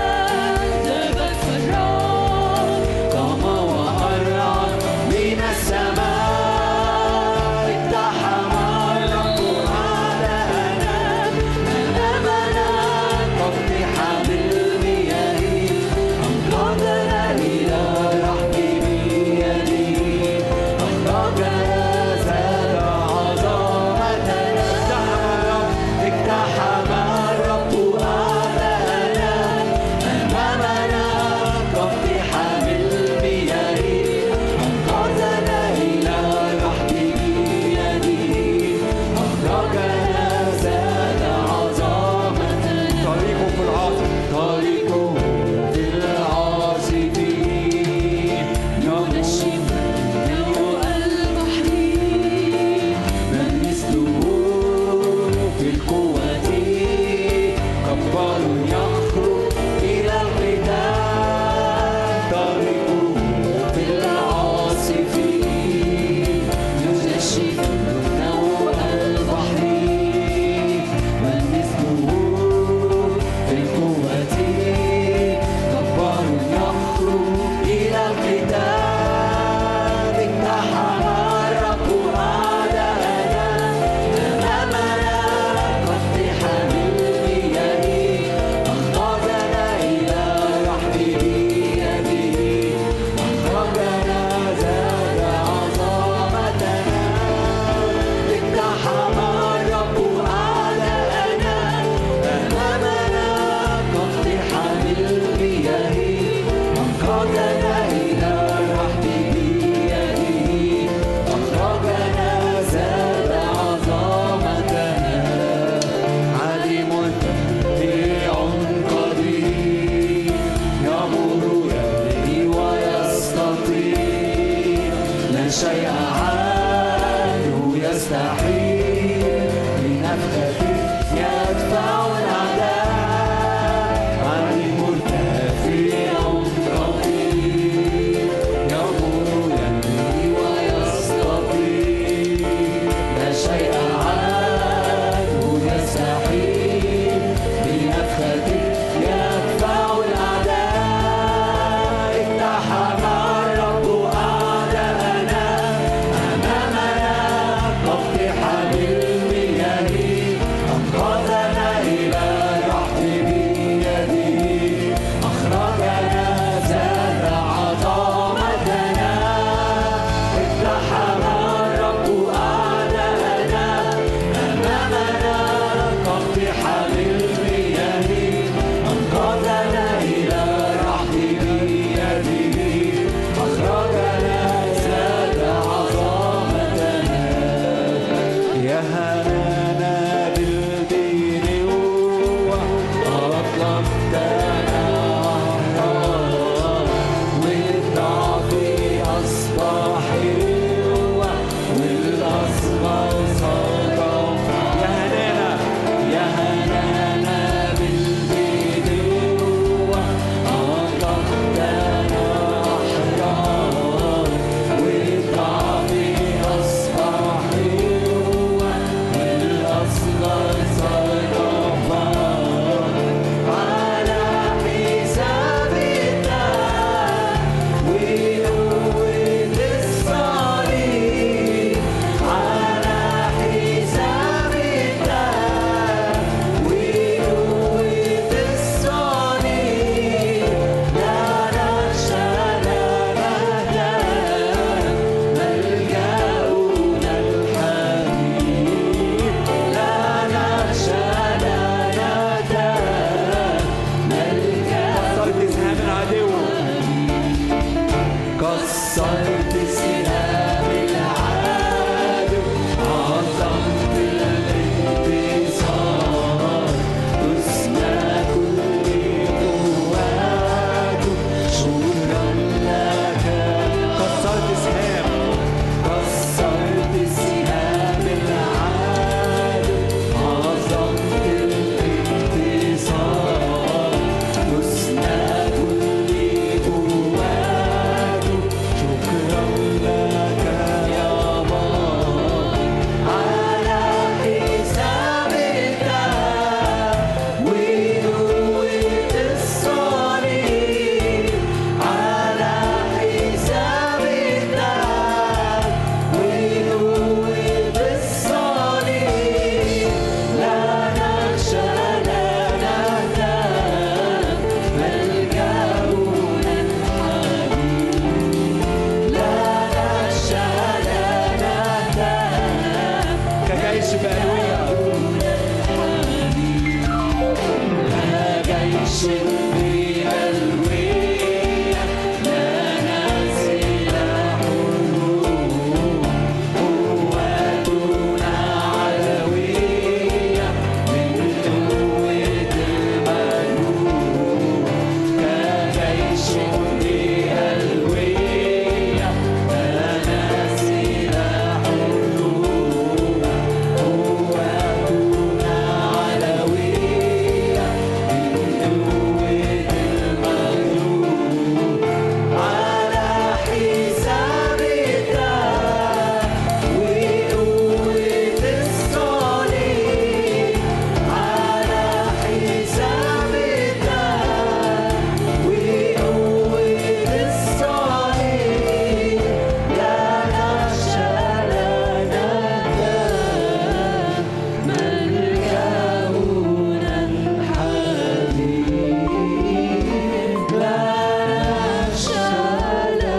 قام وأرى من السماء اقتحم الرب أعداءنا أمامنا كاقتحام المياه أنقذنا إلى رحب بيده أخرجنا زاد عظمتنا اقتحم الرب أعداءنا أمامنا كاقتحام المياه أنقذنا إلى رحب بيده أخرجنا زاد عظمتنا طريقه في العاصف طريقه في العاصف ينشف نوء البحر من مثله في القوة جبار يخرج إلى القتال طريقه في العاصف ينشف نوء البحر من مثله في القوة جبار يخرج إلى القتال اقتحم الرب أعداءنا أمامنا كاقتحام المياه أنقذنا إلى رحب بيده أخرجنا زاد عظمتنا اقتحم الرب أعداءنا أمامنا كاقتحام المياه أنقذنا إلى رحب بيده أخرجنا زاد عظمتنا عليم بديع قدير يأمر يهدي ويستطيع لا شيء عنه يستحيل بنفخته يدفع الأعداء عليم مرتفع قدير يأمر يهدي ويستطيع لا شيء عنه يستحيل بنفخته يدفع الأعداء اقتحم الرب أعداءنا أمامنا كاقتحام المياه كسرت سهام العدو عظمت الانتصار تسمع كل قواته شكرا لك كسرت سهام كسرت سهام العدو عظمت الانتصار تسمع كل قواته شكرا لك يا بار على حساب الدم وقوة الصليب على حساب الدم وقوة الصليب لا نخشى لا نهتم ملجأنا الحبيب لا نخشى لا نهتم كجيش بألوية جيش بألوية لنا سلاح الروح قوتنا علوية من قوة المجروح كجيش بألوية لنا سلاح الروح قوتنا علوية من قوة المجروح على حساب الدم وقوة الصليب على حساب الدم وقوة الصليب لا نخشى لا نهتم ملجأنا الحبيب لا نخشى لا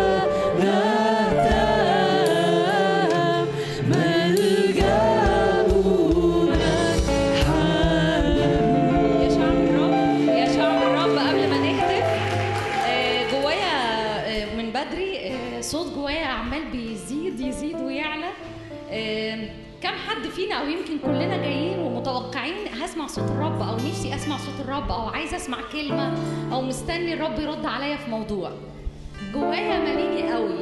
نهتم ملجأنا الحبيب يا شعب الرب يا شعب الرب قبل ما نهتف آه، جوايا آه، من بدري آه، صوت جوايا عمال بيزيد يزيد ويعلى. آه، كم حد فينا او يمكن كلنا جايين ومتوقعين هسمع صوت الرب او نفسي اسمع صوت الرب او عايز اسمع كلمه او مستني الرب يرد عليا في موضوع جوايا ماليني قوي.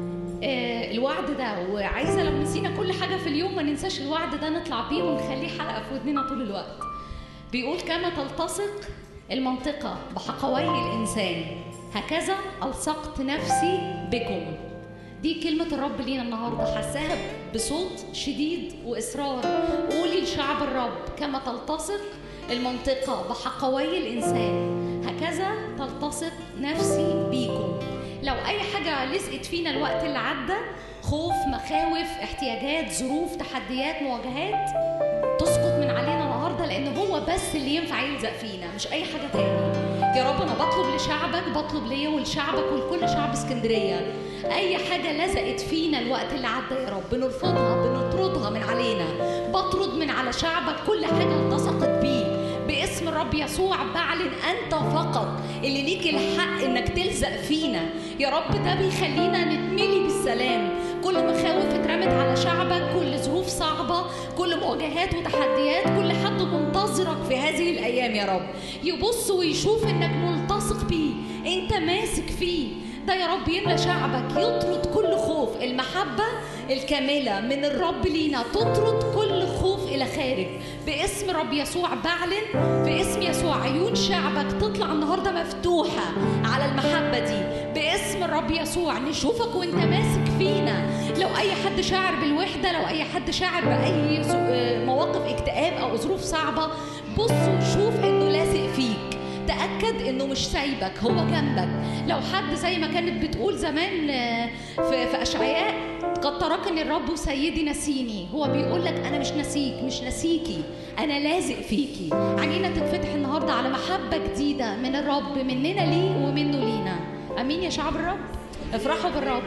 آه، الوعد ده وعايزه لو نسينا كل حاجه في اليوم ما ننساش الوعد ده نطلع بيه ونخليه حلقه في ودننا طول الوقت. بيقول كما تلتصق المنطقة بحقوي الإنسان هكذا ألصقت نفسي بكم. دي كلمة الرب لينا النهاردة، حساها بصوت شديد وإصرار. قولي لشعب الرب كما تلتصق المنطقة بحقوي الإنسان هكذا تلتصق نفسي بيكم. لو أي حاجة لزقت فينا الوقت اللي عدى، خوف، مخاوف، احتياجات، ظروف، تحديات، مواجهات، تسقط من علينا النهارده، لان هو بس اللي ينفع يلزق فينا مش اي حاجه تاني. يا رب انا بطلب لشعبك، بطلب ليا ولشعبك ولكل شعب اسكندريه، اي حاجه لزقت فينا الوقت اللي عدى يا رب بنرفضها بنطردها من علينا. بطرد من على شعبك كل حاجه التصقت بيه باسم الرب يسوع. بعلن انت فقط اللي ليك الحق انك تلزق فينا يا رب. ده بيخلينا نتملي بالسلام. كل مخاوف اترمت على شعبك، كل ظروف صعبه، كل مواجهات وتحديات، كل حد منتظرك في هذه الايام يا رب يبص ويشوف انك ملتصق بيه، انت ماسك فيه. ده يا رب يملى شعبك، يطرد كل خوف. المحبة الكاملة من الرب لينا تطرد كل خوف إلى خارج باسم رب يسوع. بعلن في اسم يسوع عيون شعبك تطلع النهاردة مفتوحة على المحبة دي باسم الرب يسوع. نشوفك وانت ماسك فينا. لو أي حد شاعر بالوحدة، لو أي حد شاعر بأي مواقف اكتئاب أو ظروف صعبة، بص وشوف إنه لازق فيك. تأكد إنه مش سايبك، هو جنبك. لو حد زي ما كانت بتقول زمان في, في أشعياء، قد تركني الرب سيدي نسيني، هو بيقول لك أنا مش نسيك، مش نسيكي، أنا لازق فيكي. عينينا تتفتح النهاردة على محبة جديدة من الرب، مننا ليه ومنه لينا. أمين يا شعب الرب، افرحوا بالرب.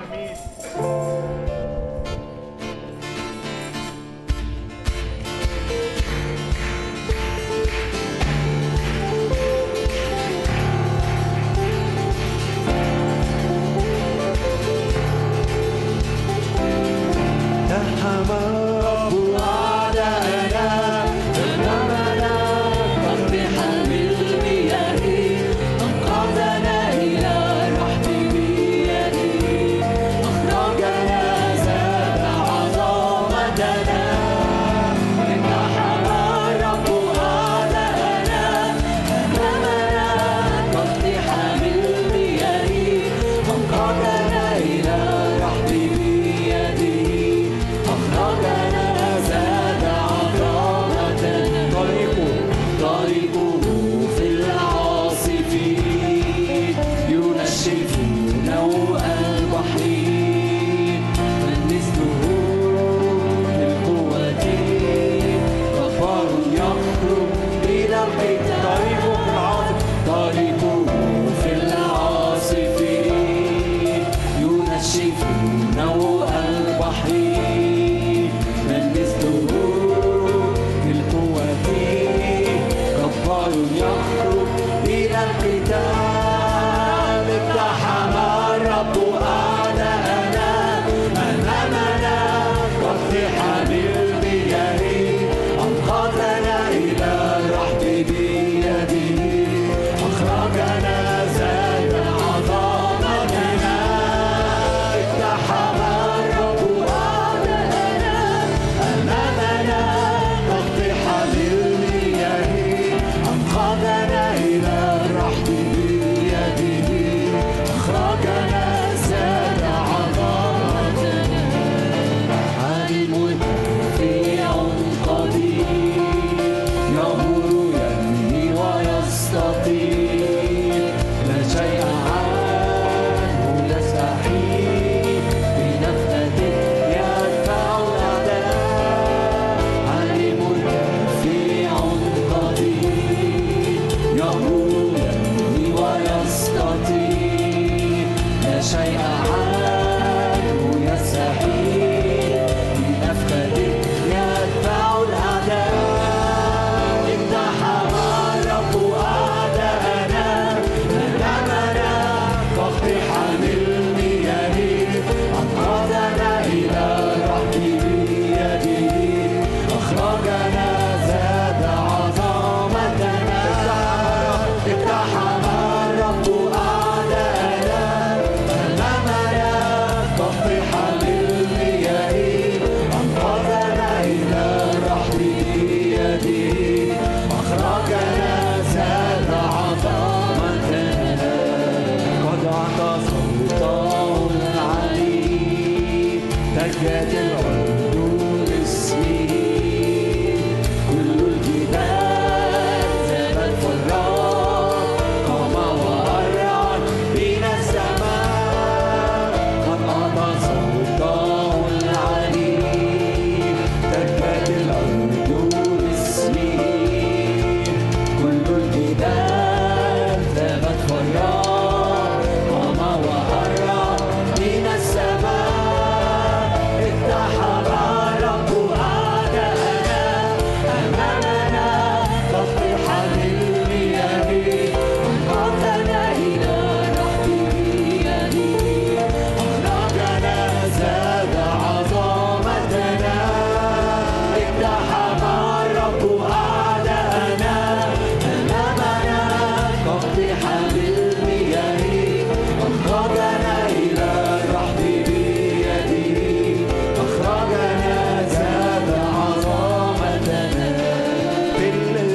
عن المياه أنقذنا إلى الرحب بيده أخرجنا زاد عظمتنا اقتحم الرب أعداءنا أمامنا كالطحال المياه أنقذنا إلى الرحب بيده أخرجنا زاد عظمتنا قد أعطى سلطان عليه تجد الأرض باسمه كل الجبال ذابت فالراء قام وأرعد بين السماء قد أعطى سلطان عليه تجد الأرض باسمه كل الجبال ذابت فالراء قام وأرعد بين السماء اقتحم الرب أعداءنا أمامنا كالطحال المياه أنقذنا إلى الرحب بيده أخرجنا زاد عظمتنا اقتحم الرب أعداءنا أمامنا كالطحال المياه أنقذنا إلى الرحب بيده أخرجنا زاد عظمتنا في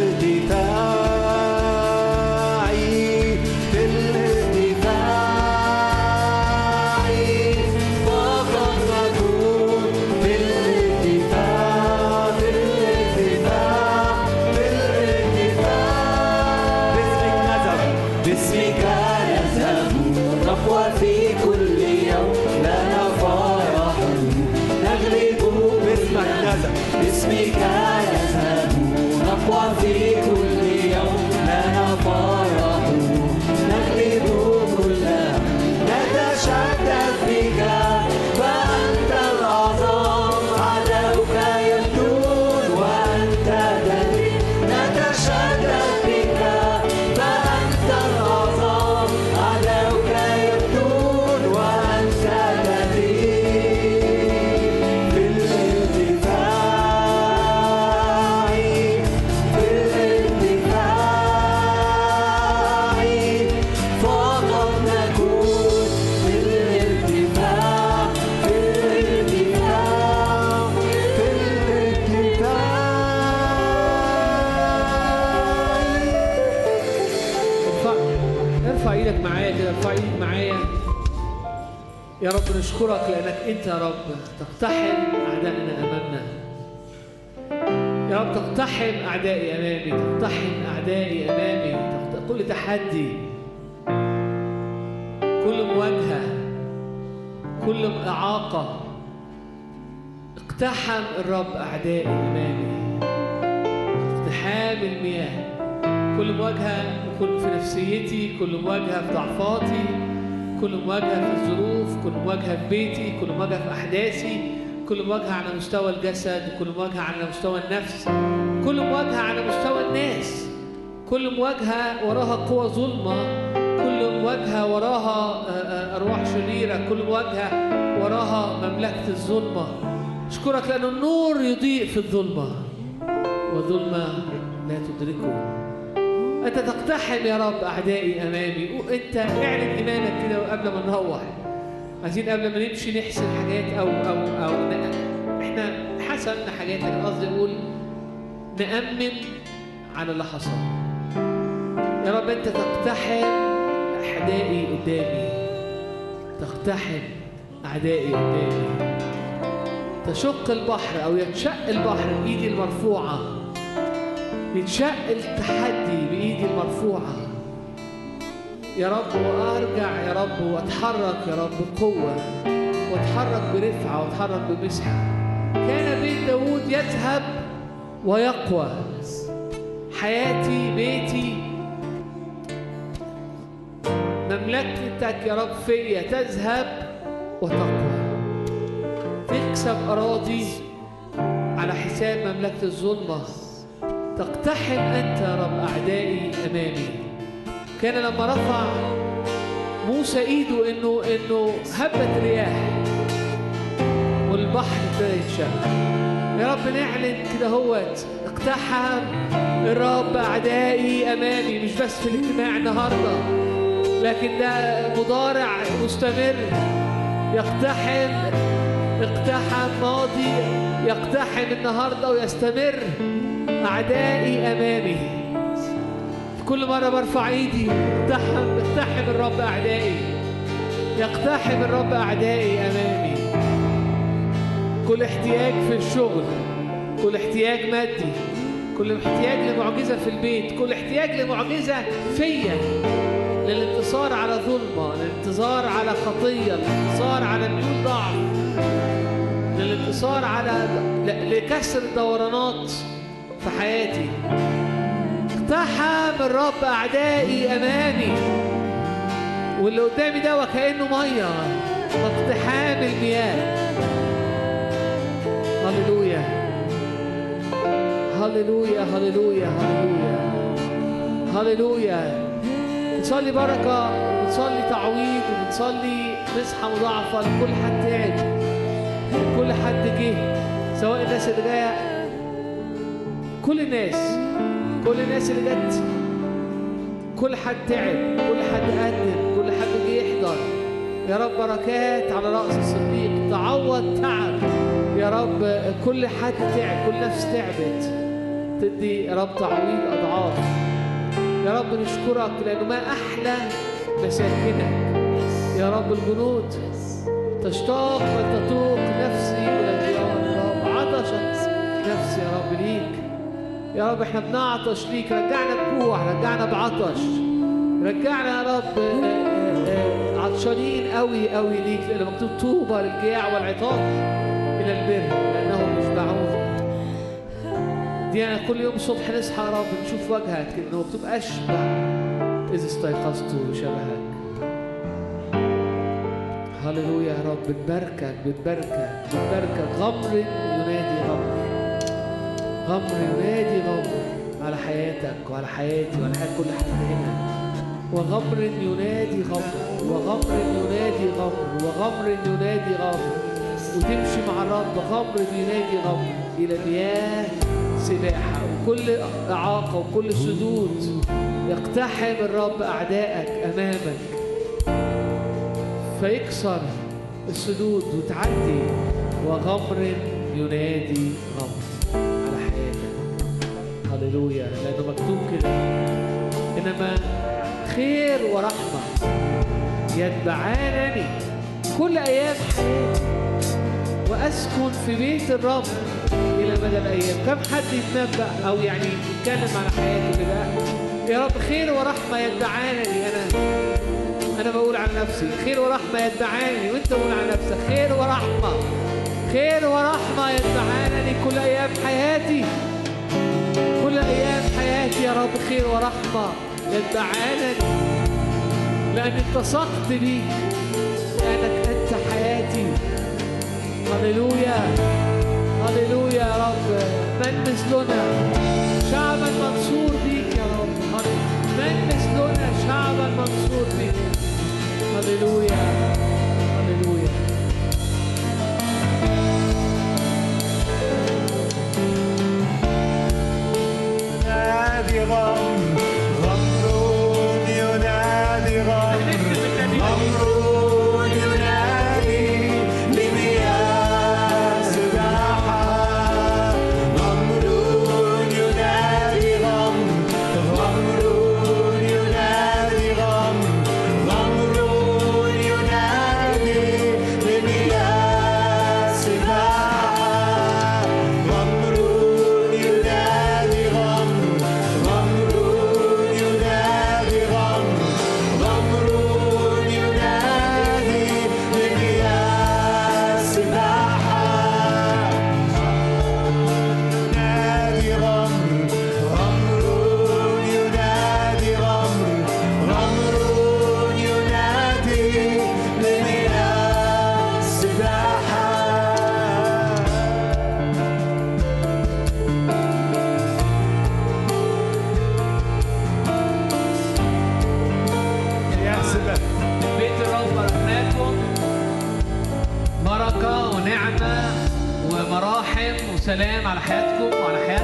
الارتفاع في الارتفاع فقط نكون في الارتفاع في الارتفاع في الارتفاع باسمك نذهب نقوى في كل يوم لنا فرح نغلب باسمك نذهب باسمك نذهب نقوى في كل يوم لنا فرح نغلب كل نتشدد بك فأنت الأعظم عدوك يبدون وأنت دليل نتشدد بك فأنت الأعظم عدوك يبدون وأنت دليل في الارتفاع في الارتفاع فقط نكون في الارتفاع في الارتفاع في الارتفاع ارفع ارفع ايدك معايا كده، ارفع ايدك معايا. يا رب نشكرك لانك انت يا رب تقتحم اعدائنا امامنا. يا رب تقتحم اعدائي امامي، تقتحم اعدائي امامي، تقت- كل تحدي، كل مواجهه، كل اعاقه، اقتحم الرب اعدائي امامي. اقتحام المياه، كل مواجهة كل في نفسيتي، كل مواجهة في ضعفاتي، كل مواجهة في الظروف، كل مواجهة في بيتي، كل مواجهة في أحداثي، كل مواجهة على مستوى الجسد، كل مواجهة على مستوى النفس، كل مواجهة على مستوى الناس، كل مواجهة وراها قوى ظلمة، كل مواجهة وراها أرواح شريرة، كل مواجهة وراها مملكة الظلمة. أشكرك لأن النور يضيء في الظلمة والظلمة لا تدركه. أنت تقتحم يا رب أعدائي أمامي، وأنت اعلن إيمانك كده قبل ما نروح. عايزين قبل ما نمشي نحسن حاجات أو أو أو ن... إحنا حسبنا حاجات، لكن قصدي أقول نأمن على اللي حصل. يا رب أنت تقتحم أعدائي قدامي، تقتحم أعدائي قدامي، تشق البحر أو يتشق البحر بإيدي المرفوعة، يتشق التحدي بإيدي المرفوعة يا رب، وأرجع يا رب وأتحرك يا رب بقوة، وأتحرك برفعة، وأتحرك بمسحة. كان بيت داود يذهب ويقوى، حياتي، بيتي، مملكتك يا رب فيا تذهب وتقوى، تكسب أراضي على حساب مملكة الظلمة. تقتحم أنت يا رب أعدائي أمامي. كان لما رفع موسى ايده انه انه هبت رياح والبحر ابتدى يتشق. يا رب نعلن كده هوت اقتحم الرب اعدائي امامي، مش بس في الاجتماع النهارده لكن ده مضارع مستمر. يقتحم اقتحم ماضي، يقتحم النهارده ويستمر اعدائي امامي. كل مرة برفع ايدي اقتحم اقتحم الرب اعدائي، يقتحم الرب اعدائي امامي. كل احتياج في الشغل، كل احتياج مادي، كل احتياج لمعجزة في البيت، كل احتياج لمعجزة فيا للانتصار على ظلمة، للانتصار على خطية، للانتصار على ميول ضعف، للانتصار على لكسر الدورانات في حياتي. اقتحم الرب أعدائي أمامي، واللي قدامي ده وكأنه مية، اقتحام المياه. هللويا هللويا هللويا هللويا هللويا. بنصلي بركة وبنصلي تعويض وبنصلي مسحة مضاعفة لكل حد تعب، لكل حد جه، سواء الناس اللي جاية، كل الناس كل الناس اللي جت، كل حد تعب، كل حد قدم، كل حد جه يحضر. يا رب بركات على رأس الصديق، تعوض تعب يا رب. كل حد تعب، كل نفس تعبت، تدي يا رب تعويض أضعاف. يا رب نشكرك لأنه ما أحلى مساكنك يا رب الجنود. تشتاق وتتوق نفسي إلى ديار الرب، عطشت نفسي يا رب ليك يا رب. احنا بنعطش ليك، رجعنا بجوع، رجعنا بعطش، رجعنا يا رب عطشانين قوي قوي ليك، لأن مكتوب طوبى للجياع والعطاش إلى البر لأنهم يشبعون. دي أنا كل يوم الصبح نصحى يا رب نشوف وجهك، إنه مكتوب أشبع إذا استيقظت شبهك. هللويا يا رب. بنباركك بنباركك بنباركك. غمر ينادي غمر، غمر ينادي غمر على حياتك وعلى حياتي وعلى حياة كل حد هنا. وغمر ينادي غمر، وغمر ينادي غمر، وغمر ينادي غمر. وتمشي مع الرب غمر ينادي غمر إلى مياه سباحة. وكل إعاقة وكل سدود يقتحم الرب أعدائك أمامك، فيكسر السدود وتعدي. وغمر ينادي غمر على حياتك. هللويا. لأنه مكتوب كده، إنما خير ورحمة يتبعانني كل أيام حياتي، وأسكن في بيت الرب إلى مدى الأيام. كم حد يتنبأ أو يعني يتكلم على حياته كده؟ يا رب خير ورحمة يتبعانني. أنا أنا بقول عن نفسي خير ورحمة يتبعانني، وأنت بقول عن نفسك خير ورحمة، خير ورحمة يتبعانني كل أيام حياتي، كل أيام حياتي يا رب خير ورحمة يتبعانني، لأني التصقت بيك، لأنك أنت حياتي. هللويا هللويا يا رب. من مثلنا شعبا منصور بيك يا رب، من مثلنا شعبا منصور بيك. هللويا هللويا. ينادي غمر، غمر ينادي غمر، غمر ينادي لمياه سباحة. غمر ينادي غمر، غمر ينادي غمر، غمر ينادي ونعمة ومراحم وسلام على حياتكم وعلى حياتكم.